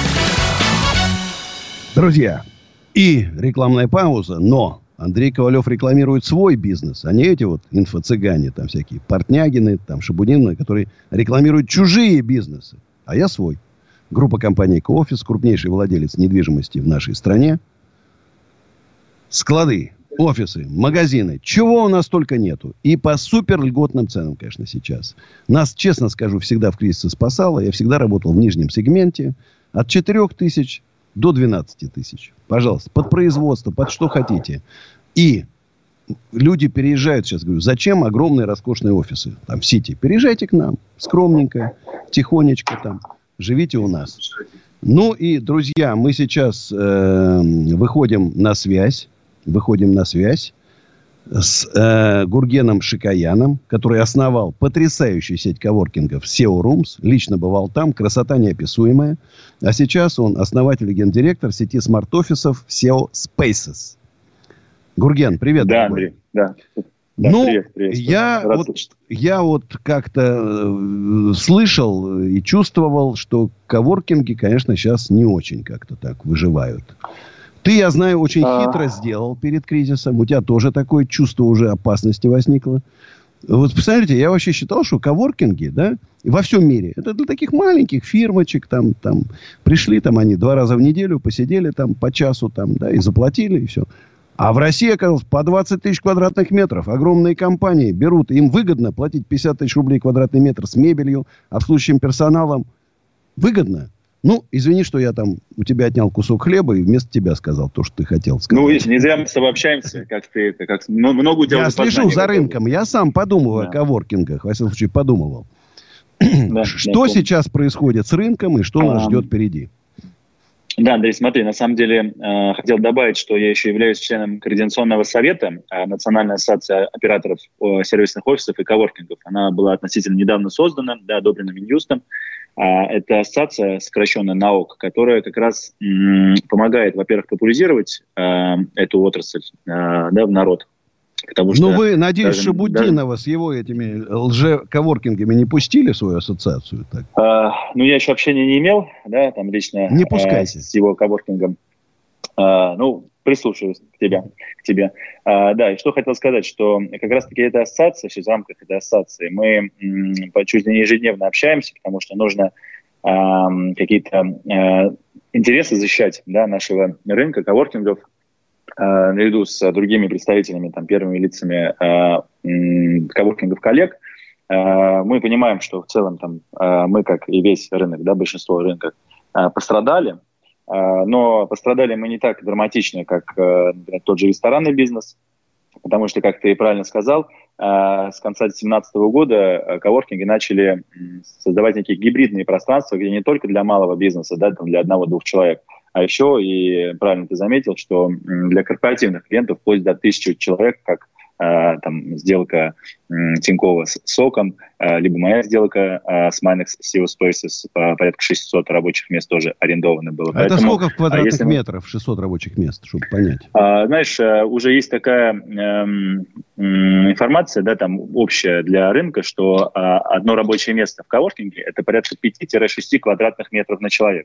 Друзья, и рекламная пауза, но Андрей Ковалев рекламирует свой бизнес, а не эти вот инфо-цыгане, там всякие Портнягины, там Шабунины, которые рекламируют чужие бизнесы. А я свой. Группа компаний «Коофис», крупнейший владелец недвижимости в нашей стране. Склады, офисы, магазины. Чего у нас только нету. И по супер льготным ценам, конечно, сейчас. Нас, честно скажу, всегда в кризисе спасало. Я всегда работал в нижнем сегменте. От 4 тысяч до 12 тысяч. Пожалуйста, под производство, под что хотите. И люди переезжают, сейчас говорю, зачем огромные роскошные офисы? Там в Сити. Переезжайте к нам. Скромненько, тихонечко там. Живите у нас. Ну и, друзья, мы сейчас выходим на связь с Гургеном Шикояном, который основал потрясающую сеть коворкингов SEO Rooms. Лично бывал там. Красота неописуемая. А сейчас он основатель и гендиректор сети смарт-офисов SEO Spaces. Гурген, привет. Да, Андрей. Да. Ну, привет. Я вот как-то слышал и чувствовал, что коворкинги, конечно, сейчас не очень как-то так выживают. Ты, я знаю, очень хитро сделал перед кризисом. У тебя тоже такое чувство уже опасности возникло. Вот, посмотрите, я вообще считал, что коворкинги, да, во всем мире, это для таких маленьких фирмочек, там пришли, там они 2 раза в неделю посидели там по часу, там, да, и заплатили, и все. А в России, оказалось, по 20 тысяч квадратных метров. Огромные компании берут, им выгодно платить 50 тысяч рублей квадратный метр с мебелью, обслуживающим персоналом. Выгодно. Ну, извини, что я там у тебя отнял кусок хлеба и вместо тебя сказал то, что ты хотел сказать. Ну, видишь, не зря мы с тобой общаемся, как много у тебя. Я слежу за рынком, я сам подумываю о коворкингах, во всяком случае, подумывал. Что сейчас происходит с рынком и что нас ждет впереди? Да, Андрей, смотри, на самом деле хотел добавить, что я еще являюсь членом Координационного совета Национальной ассоциации операторов сервисных офисов и коворкингов. Она была относительно недавно создана, да, одобрена Минюстом. Это ассоциация, сокращенная НАОК, которая как раз помогает, во-первых, популяризировать эту отрасль в народ. Потому что, вы, надеюсь, Шабудинова с его этими лже-коворкингами не пустили в свою ассоциацию? Так? Я еще общения не имел, да, там лично не пускайте. С его коворкингом. Прислушиваюсь к тебе. Да, и что хотел сказать, что как раз-таки эта ассоциация, в рамках этой ассоциации мы чуть ли не ежедневно общаемся, потому что нужно какие-то интересы защищать, да, нашего рынка, коворкингов, наряду с другими представителями, там, первыми лицами коворкингов коллег. Мы понимаем, что в целом там, мы, как и весь рынок, да, большинство рынков, пострадали. Но пострадали мы не так драматично, как, например, тот же ресторанный бизнес, потому что, как ты правильно сказал, с конца 2017 года коворкинги начали создавать некие гибридные пространства, где не только для малого бизнеса, да, там для 1-2 человек, а еще, и правильно ты заметил, что для корпоративных клиентов вплоть до 1000 человек, как там сделка Тинькова с Соком, либо моя сделка с Майнекс SEO Spaces, порядка 600 рабочих мест тоже арендовано было. А это сколько в квадратных метров 600 рабочих мест, чтобы понять? Знаешь, уже есть такая информация, да, там общая для рынка, что одно рабочее место в коворкинге – это порядка 5-6 квадратных метров на человека.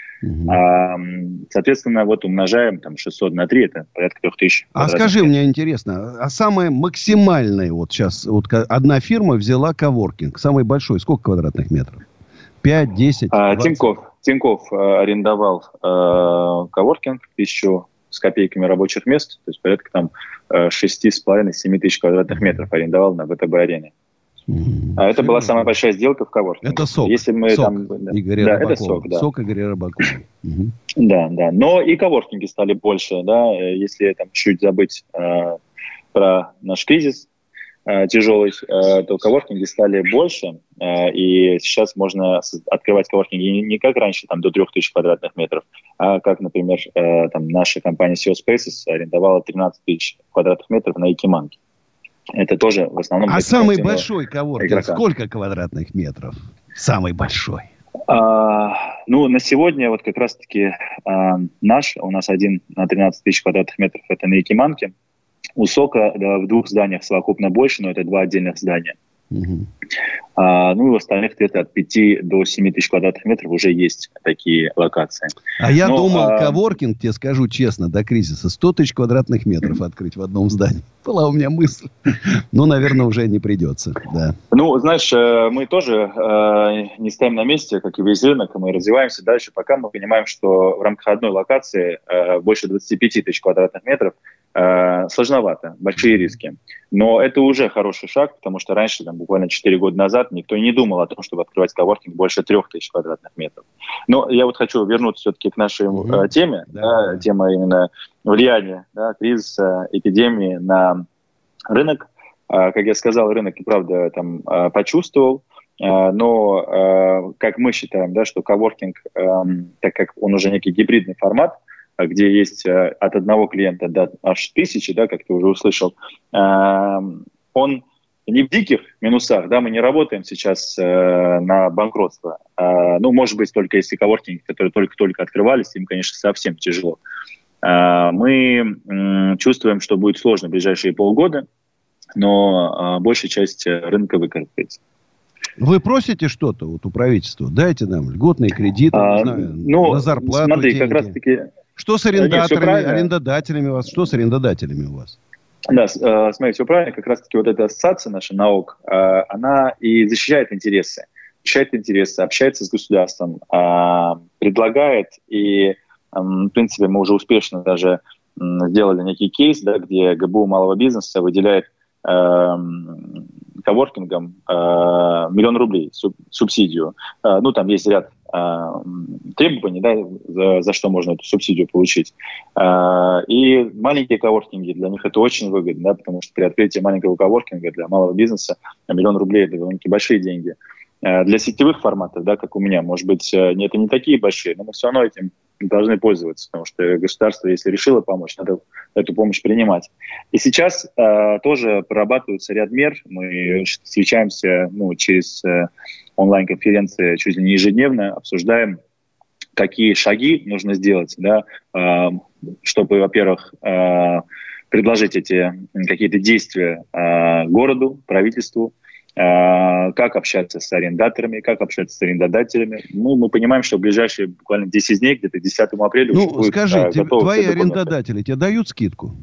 Соответственно, вот умножаем там 600 на 3, это порядка 3000. А скажи, мне интересно, а самое максимальное вот сейчас, вот одна фирма взяла коворкинг, самый большой, сколько квадратных метров? 5, 10, 20? Тиньков арендовал коворкинг, 1000 с копейками рабочих мест, то есть порядка там 6,5-7 тысяч квадратных метров арендовал на ВТБ-арене. Это была самая большая сделка в коворкинге. Это СОК. Если мы СОК там, Игоря Рыбакова. Это СОК, да. СОК Игоря Рыбакова. Да. Но и коворкинги стали больше, да. Если там чуть забыть про наш кризис тяжелый, то коворкинги стали больше. И сейчас можно открывать коворкинги не как раньше, там, до 3000 квадратных метров, а как, например, там, наша компания SEO Spaces арендовала 13 тысяч квадратных метров на Якиманке. Это тоже в основном... А самый большой коворкинг сколько квадратных метров? Самый большой? На сегодня вот как раз-таки у нас один на 13 тысяч квадратных метров, это на Якиманке. У СОКа в 2 зданиях совокупно больше, но это 2 отдельных здания. И в остальных где-то от 5 до 7 тысяч квадратных метров уже есть такие локации. Я думал, коворкинг, тебе скажу честно, до кризиса 100 тысяч квадратных метров открыть в одном здании. Была у меня мысль. Но, наверное, уже не придется. Да. Знаешь, мы тоже не стоим на месте, как и весь рынок, и мы развиваемся дальше, пока мы понимаем, что в рамках одной локации больше 25 тысяч квадратных метров сложновато, большие риски. Но это уже хороший шаг, потому что раньше, буквально 4 года назад, никто и не думал о том, чтобы открывать коворкинг больше 3000 квадратных метров. Но я вот хочу вернуться все-таки к нашей теме. Да, тема именно влияния, да, кризиса, эпидемии на рынок. Как я сказал, рынок и правда там почувствовал. Но как мы считаем, да, что коворкинг, так как он уже некий гибридный формат, где есть от одного клиента до аж 1000, да, как ты уже услышал, он не в диких минусах, да, мы не работаем сейчас на банкротство. Может быть, только если коворкинги, которые только-только открывались, им, конечно, совсем тяжело. Мы чувствуем, что будет сложно в ближайшие полгода, но большая часть рынка выкарабкается. Вы просите что-то вот у правительства? Дайте нам льготные кредиты, на зарплату смотри, деньги. Как раз-таки... Что с арендодателями у вас? Что с арендодателями у вас? Да, смотри, все правильно. Как раз-таки вот эта ассоциация наша НАОК, она и защищает интересы, общается с государством, предлагает, и, в принципе, мы уже успешно даже сделали некий кейс, да, где ГБУ малого бизнеса выделяет коворкингам 1 000 000 рублей субсидию. Там есть ряд требований, да, за что можно эту субсидию получить. И маленькие коворкинги, для них это очень выгодно, да, потому что при открытии маленького коворкинга для малого бизнеса 1 000 000 рублей – это довольно большие деньги. Для сетевых форматов, да, как у меня, может быть, это не такие большие, но мы все равно этим должны пользоваться, потому что государство, если решило помочь, надо эту помощь принимать. И сейчас тоже прорабатывается ряд мер. Мы встречаемся через онлайн-конференции чуть ли не ежедневно, обсуждаем, какие шаги нужно сделать, да, чтобы, во-первых, предложить эти какие-то действия городу, правительству, как общаться с арендаторами, как общаться с арендодателями. Мы понимаем, что в ближайшие буквально 10 дней, где-то 10 апреля... Ну, скажи, твои арендодатели тебе дают скидку?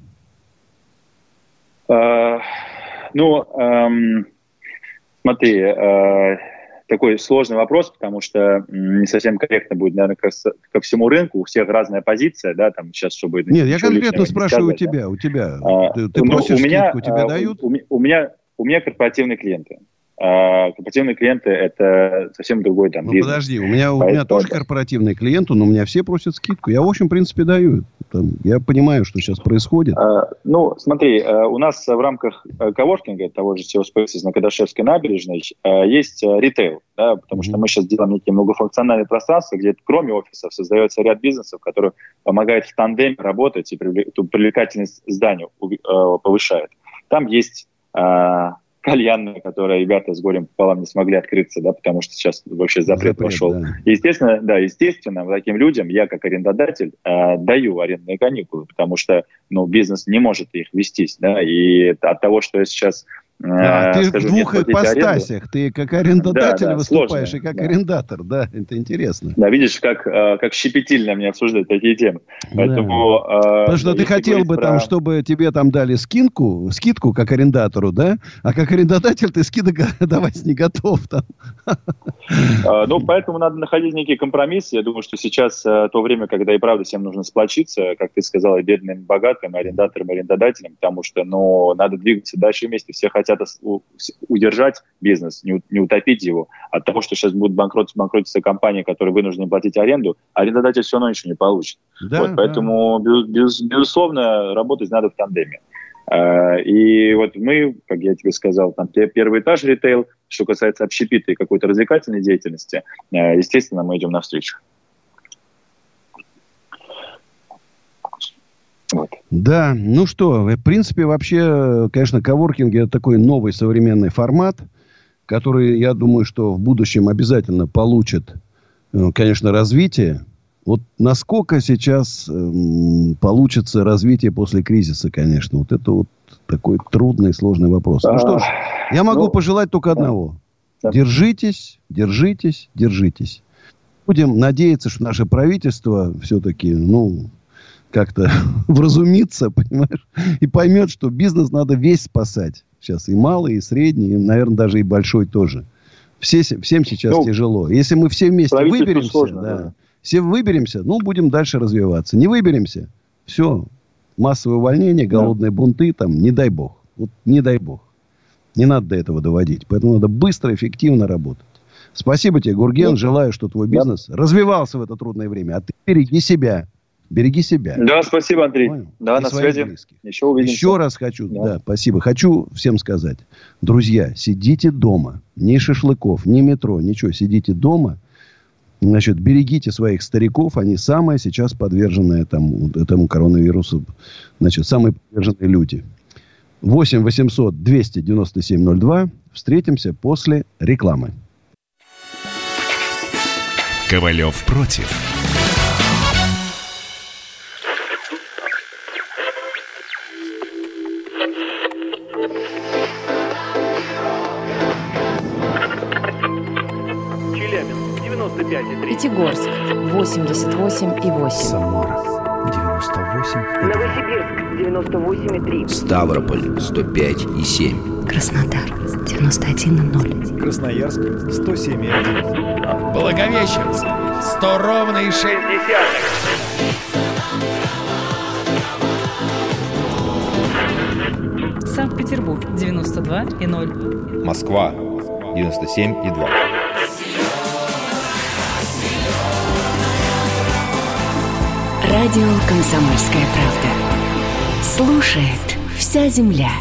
Смотри, такой сложный вопрос, потому что не совсем корректно будет, наверное, ко всему рынку. У всех разная позиция, да, там сейчас, чтобы... Нет, я конкретно спрашиваю тебя. Ты просишь скидку, тебе дают? У меня корпоративные клиенты. Корпоративные клиенты – это совсем другой там бизнес. Подожди, у меня тоже корпоративные клиенты, но у меня все просят скидку. Я, в общем, в принципе, даю. Я понимаю, что сейчас происходит. Смотри, у нас в рамках коворкинга, того же SEO Spaces на Кадашевской набережной, есть ритейл, да, потому что мы сейчас делаем некие многофункциональные пространства, где кроме офисов создается ряд бизнесов, которые помогают в тандеме работать и привлекательность зданию повышает. Там есть... кальянная, которая ребята с горем пополам не смогли открыться, да, потому что сейчас вообще запрет пошел. Да. Естественно, таким людям я, как арендодатель, даю арендные каникулы, потому что, бизнес не может их вестись, да, и от того, что я сейчас... ты в двух ипостасях. Ты как арендодатель выступаешь, и как арендатор. Да, это интересно. Да, видишь, как щепетильно мне обсуждать такие темы. Поэтому, потому что ты хотел бы, чтобы тебе там дали скидку как арендатору, да? А как арендодатель ты скидок давать не готов. Поэтому надо находить некий компромисс. Я думаю, что сейчас то время, когда и правда всем нужно сплочиться, как ты сказал, и бедным, и богатым, и арендаторам, и арендодателям, потому что, надо двигаться дальше вместе. Все хотят удержать бизнес, не утопить его. От того, что сейчас будут банкротиться компании, которые вынуждены платить аренду, арендодатель все равно ничего не получит. Поэтому, безусловно, работать надо в тандеме. И вот мы, как я тебе сказал, там первый этаж ритейл, что касается общепита и какой-то развлекательной деятельности, естественно, мы идем навстречу. Вот. Да, в принципе, вообще, конечно, коворкинг – это такой новый современный формат, который, я думаю, что в будущем обязательно получит, конечно, развитие. Вот насколько сейчас получится развитие после кризиса, конечно, вот это вот такой трудный, сложный вопрос. Что ж, я могу пожелать только одного. Держитесь, держитесь, держитесь. Будем надеяться, что наше правительство все-таки, как-то вразумится, понимаешь, и поймет, что бизнес надо весь спасать. Сейчас и малый, и средний, и, наверное, даже и большой тоже. Всем сейчас тяжело. Если мы все вместе выберемся, сложно, все выберемся, будем дальше развиваться. Не выберемся, все, массовое увольнение, голодные бунты, не дай бог. Вот не дай бог. Не надо до этого доводить. Поэтому надо быстро, эффективно работать. Спасибо тебе, Гурген. Желаю, что твой бизнес развивался в это трудное время. А ты береги себя. Береги себя. Да, спасибо, Андрей. Понял? Да, и на связи. Близких. Еще увидимся. Еще раз хочу, спасибо. Хочу всем сказать. Друзья, сидите дома. Ни шашлыков, ни метро, ничего. Сидите дома. Берегите своих стариков. Они самые сейчас подверженные этому коронавирусу. Самые подверженные люди. 8 800 297 02. Встретимся после рекламы. Ковалев против. Пятигорск 88,8. Самара 98,2. Новосибирск 98,3. Ставрополь 105,7. Краснодар 91,0. Красноярск 107,1. Благовещенск 100,6. Санкт-Петербург 92,0. Москва 97,2. Радио «Комсомольская правда». Слушает вся земля.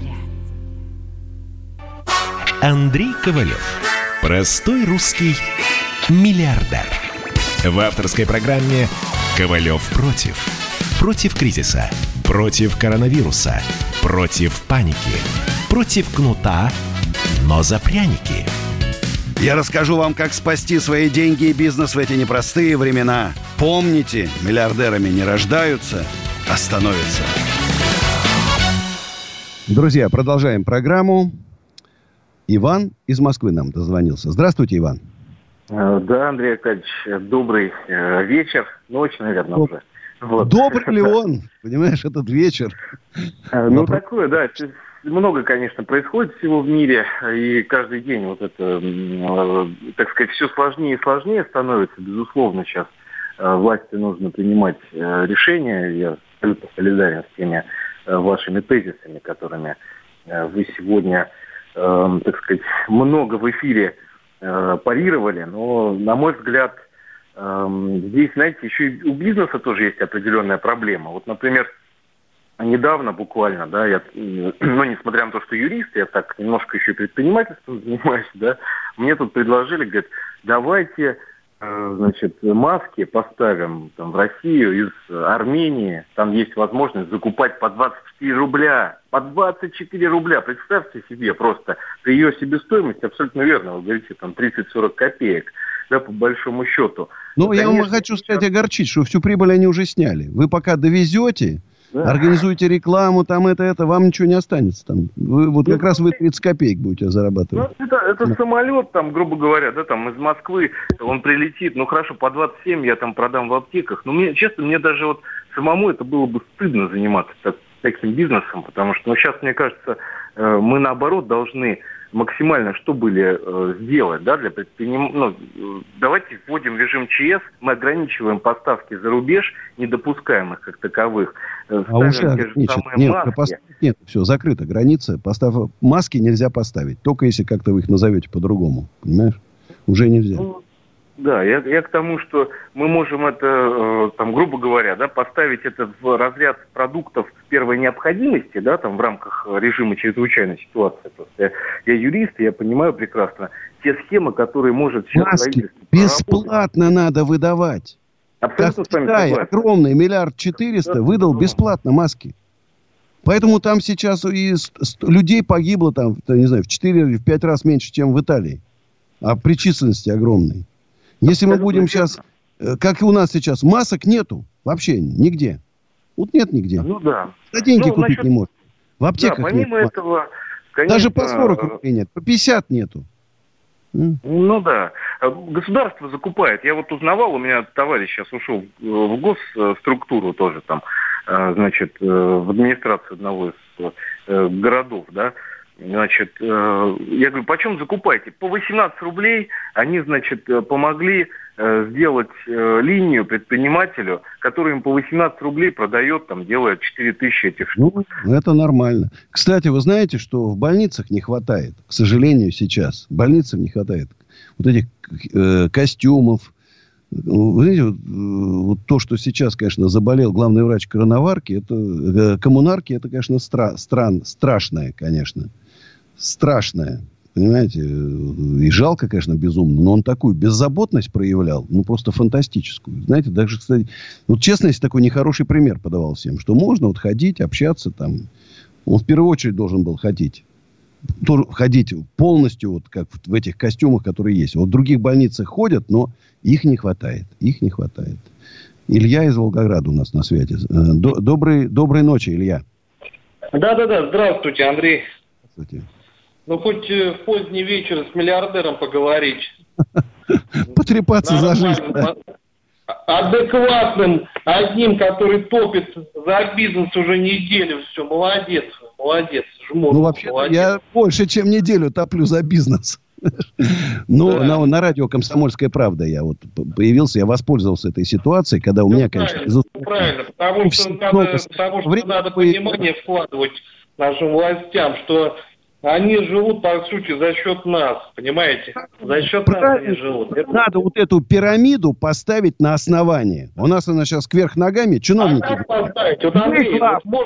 Андрей Ковалев. Простой русский миллиардер. В авторской программе «Ковалев против». Против кризиса, против коронавируса, против паники, против кнута, но за пряники. Я расскажу вам, как спасти свои деньги и бизнес в эти непростые времена. Помните, миллиардерами не рождаются, а становятся. Друзья, продолжаем программу. Иван из Москвы нам дозвонился. Здравствуйте, Иван. Да, Андрей Аркадьевич, добрый вечер, ночь, наверное, уже. Вот. Добрый ли он? Понимаешь, этот вечер. Ну, такое, да. Много, конечно, происходит всего в мире, и каждый день вот это, так сказать, все сложнее и сложнее становится. Безусловно, сейчас власти нужно принимать решения. Я абсолютно солидарен с теми вашими тезисами, которыми вы сегодня, так сказать, много в эфире парировали. Но, на мой взгляд, здесь, знаете, еще и у бизнеса тоже есть определенная проблема. Вот, например, недавно буквально, да, я, ну, несмотря на то, что юрист, я так немножко еще предпринимательством занимаюсь, да, мне тут предложили, говорят, давайте, значит, маски поставим там в Россию из Армении, там есть возможность закупать по 24 рубля, по 24 рубля, представьте себе просто, при ее себестоимости, абсолютно верно, вы говорите, там 30-40 копеек, да, по большому счету. Ну, я вам хочу сказать, огорчить, что всю прибыль они уже сняли. Вы пока довезете, да, организуете рекламу, там это, вам ничего не останется. Там. Вы, вот как раз вы 30 копеек будете зарабатывать. Ну, это самолет, там, грубо говоря, да, там из Москвы он прилетит, ну хорошо, по 27 я там продам в аптеках. Но мне, честно, мне даже вот самому это было бы стыдно заниматься таким бизнесом, потому что, ну, сейчас, мне кажется, мы наоборот должны максимально что были сделать, да, для предпринимателей. Ну, давайте вводим режим ЧС, мы ограничиваем поставки за рубеж, не допускаем их как таковых. Уже нет, все, закрыта граница. Маски нельзя поставить, только если как-то вы их назовете по-другому, понимаешь? Уже нельзя. Ну, да, я к тому, что мы можем это, там, грубо говоря, да, поставить это в разряд продуктов первой необходимости, да, там, в рамках режима чрезвычайной ситуации. Просто я юрист, я понимаю прекрасно те схемы, которые может сейчас маски бесплатно надо выдавать. Абсолютно как Китай огромный, 1 400 000 000 выдал бесплатно маски. Поэтому там сейчас и людей погибло, там, не знаю, в 4 или в 5 раз меньше, чем в Италии. А при численности огромной. Если мы будем сейчас, как и у нас сейчас, масок нету вообще нигде. Вот нет нигде. Ну да. За деньги купить не может. В аптеках да, помимо нет. этого, конечно, даже по 40 рублей нет, по 50 нету. Ну да. Государство закупает. Я вот узнавал, у меня товарищ сейчас ушел в госструктуру тоже там, значит, в администрацию одного из городов, да. Значит, я говорю, почем закупаете? По 18 рублей они, значит, помогли сделать линию предпринимателю, который им по 18 рублей продает, там, делая 4000 этих штук. Ну, это нормально. Кстати, вы знаете, что в больницах не хватает, к сожалению, сейчас. В больницах не хватает вот этих костюмов. Вы знаете, вот то, что сейчас, конечно, заболел главный врач коммунарки, это, конечно, страшное, конечно. Страшное. Понимаете? И жалко, конечно, безумно. Но он такую беззаботность проявлял, ну, просто фантастическую. Знаете, даже, кстати, вот честно, если такой нехороший пример подавал всем, что можно вот ходить, общаться там. Он в первую очередь должен был ходить полностью, вот как в этих костюмах, которые есть. Вот в других больницах ходят, но их не хватает. Их не хватает. Илья из Волгограда у нас на связи. Доброй ночи, Илья. Да. Здравствуйте, Андрей. Здравствуйте. Ну, хоть в поздний вечер с миллиардером поговорить. Потрепаться за жизнь. Адекватным, одним, который топит за бизнес уже неделю. Все, молодец. Жмот, ну, вообще-то я больше, чем неделю топлю за бизнес. Ну, да. на радио «Комсомольская правда» я вот появился, я воспользовался этой ситуацией, когда у меня, конечно... Правильно, потому что надо понимание вкладывать нашим властям, что они живут, по сути, за счет нас, понимаете? За счет нас они живут. Надо вот эту пирамиду поставить на основание. У нас она сейчас кверх ногами, чиновники. А как поставить? Вот, Андрей,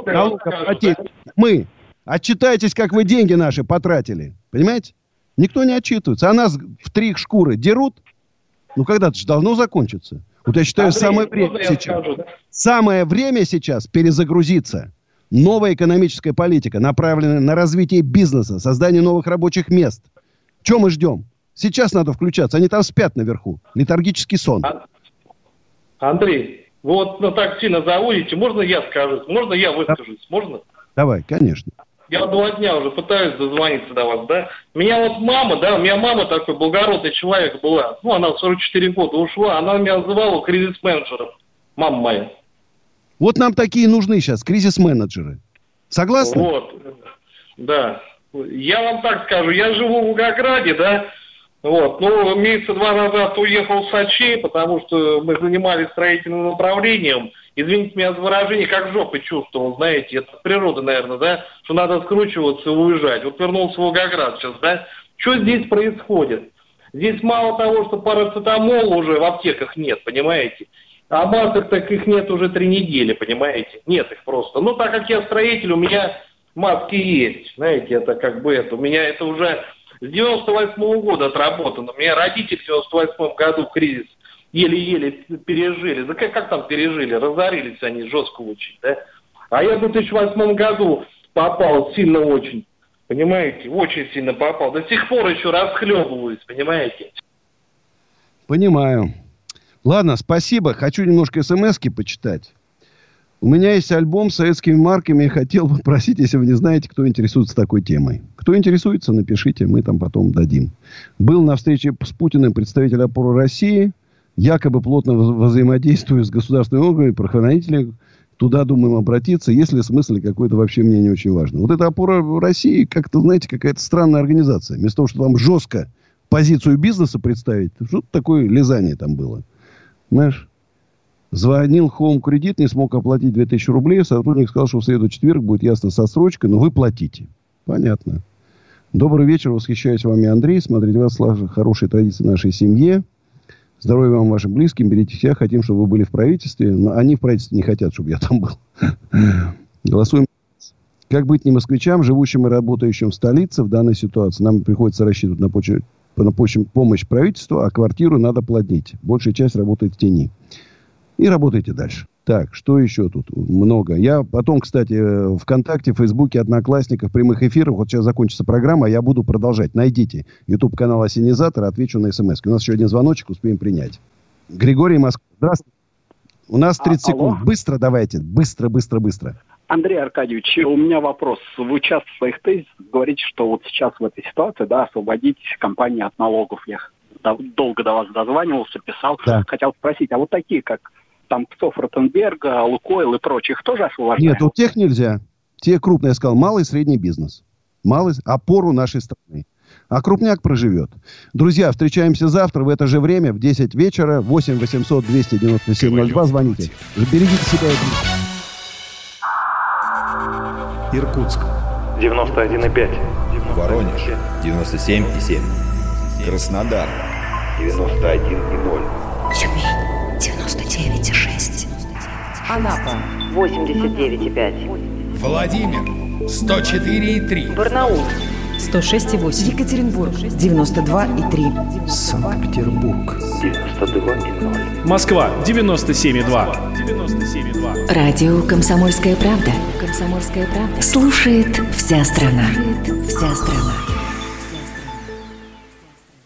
мы. Отчитайтесь, как вы деньги наши потратили. Понимаете? Никто не отчитывается. А нас в 3 шкуры дерут. Ну, когда-то же должно закончиться. Вот я считаю, Андрей, самое время сейчас перезагрузиться. Новая экономическая политика, направленная на развитие бизнеса, создание новых рабочих мест. Чего мы ждем? Сейчас надо включаться. Они там спят наверху. Летаргический сон. Андрей, вот так сильно заводите. Можно я скажу? Можно я выскажусь? Можно? Давай, конечно. Я 2 дня уже пытаюсь дозвониться до вас, да. У меня мама такой благородный человек была. Ну, она в 44 года ушла, она меня называла кризис-менеджером. Мама моя. Вот нам такие нужны сейчас, кризис-менеджеры. Согласны? Вот, да. Я вам так скажу, я живу в Волгограде, да. Вот, ну, месяца 2 назад уехал в Сочи, потому что мы занимались строительным направлением. Извините меня за выражение, как жопой чувствовал, знаете, это природа, наверное, да, что надо скручиваться и уезжать. Вот вернулся в Волгоград сейчас, да. Что здесь происходит? Здесь мало того, что парацетамола уже в аптеках нет, понимаете? А масок таких нет уже 3 недели, понимаете? Нет их просто. Ну, так как я строитель, у меня маски есть, знаете, это как бы это. У меня это уже с 98-го года отработано. У меня родители в 98-м году кризис еле-еле пережили. Да как там пережили? Разорились они жестко очень, да? А я в 2008 году попал сильно очень, понимаете? Очень сильно попал. До сих пор еще расхлебываюсь, понимаете? Понимаю. Ладно, спасибо. Хочу немножко смс-ки почитать. У меня есть альбом с советскими марками. Хотел бы просить, если вы не знаете, кто интересуется такой темой. Кто интересуется, напишите, мы там потом дадим. Был на встрече с Путиным представитель «Опоры России». Якобы плотно взаимодействует с государственными органами, правоохранителями. Туда думаем обратиться. Есть ли смысл какой-то, вообще мне не очень важно. Вот эта «Опора России», как-то, знаете, какая-то странная организация. Вместо того, чтобы там жестко позицию бизнеса представить, что-то такое лизание там было. Знаешь? Звонил Home Credit, не смог оплатить 2000 рублей. Сотрудник сказал, что в среду-четверг будет ясно с отсрочкой, но вы платите. Понятно. Добрый вечер, восхищаюсь вами, Андрей. Смотрите, у вас хорошие традиции в нашей семье. Здоровья вам, вашим близким. Берите себя. Хотим, чтобы вы были в правительстве. Но они в правительстве не хотят, чтобы я там был. Голосуем. Как быть не москвичам, живущим и работающим в столице в данной ситуации? Нам приходится рассчитывать на помощь правительства, а квартиру надо платить. Большая часть работает в тени. И работайте дальше. Так, что еще тут? Много. Я потом, кстати, ВКонтакте, Фейсбуке, Одноклассниках, прямых эфирах. Вот сейчас закончится программа, я буду продолжать. Найдите YouTube-канал «Осенизатор», отвечу на смс. У нас еще один звоночек, успеем принять. Григорий, Москва. Здравствуйте. У нас 30 секунд. Быстро давайте. Быстро. Андрей Аркадьевич, у меня вопрос. Вы часто в своих тезисах говорите, что вот сейчас в этой ситуации, да, освободить компании от налогов. Я долго до вас дозванивался, писал. Да. Хотел спросить, а вот такие, как там ПЦОВ Ротенберга, Лукойл и прочих, тоже освобождаем? Нет, у тех нельзя. Те крупные, я сказал, малый и средний бизнес. Малый, опору нашей страны. А крупняк проживет. Друзья, встречаемся завтра в это же время, в 10 вечера, 8 800 297 02. Звоните. Берегите себя. Иркутск. 91,5. Воронеж. 97,7. Краснодар. 91,0. Тюмень. 99,6. Анапа. 89,5. Владимир. 104,3. Барнаул. 106,8. Екатеринбург. 92,3. Санкт-Петербург. 92,0. Москва. 97,2. Радио «Комсомольская правда». «Комсомольская правда». Слушает вся страна. Вся страна.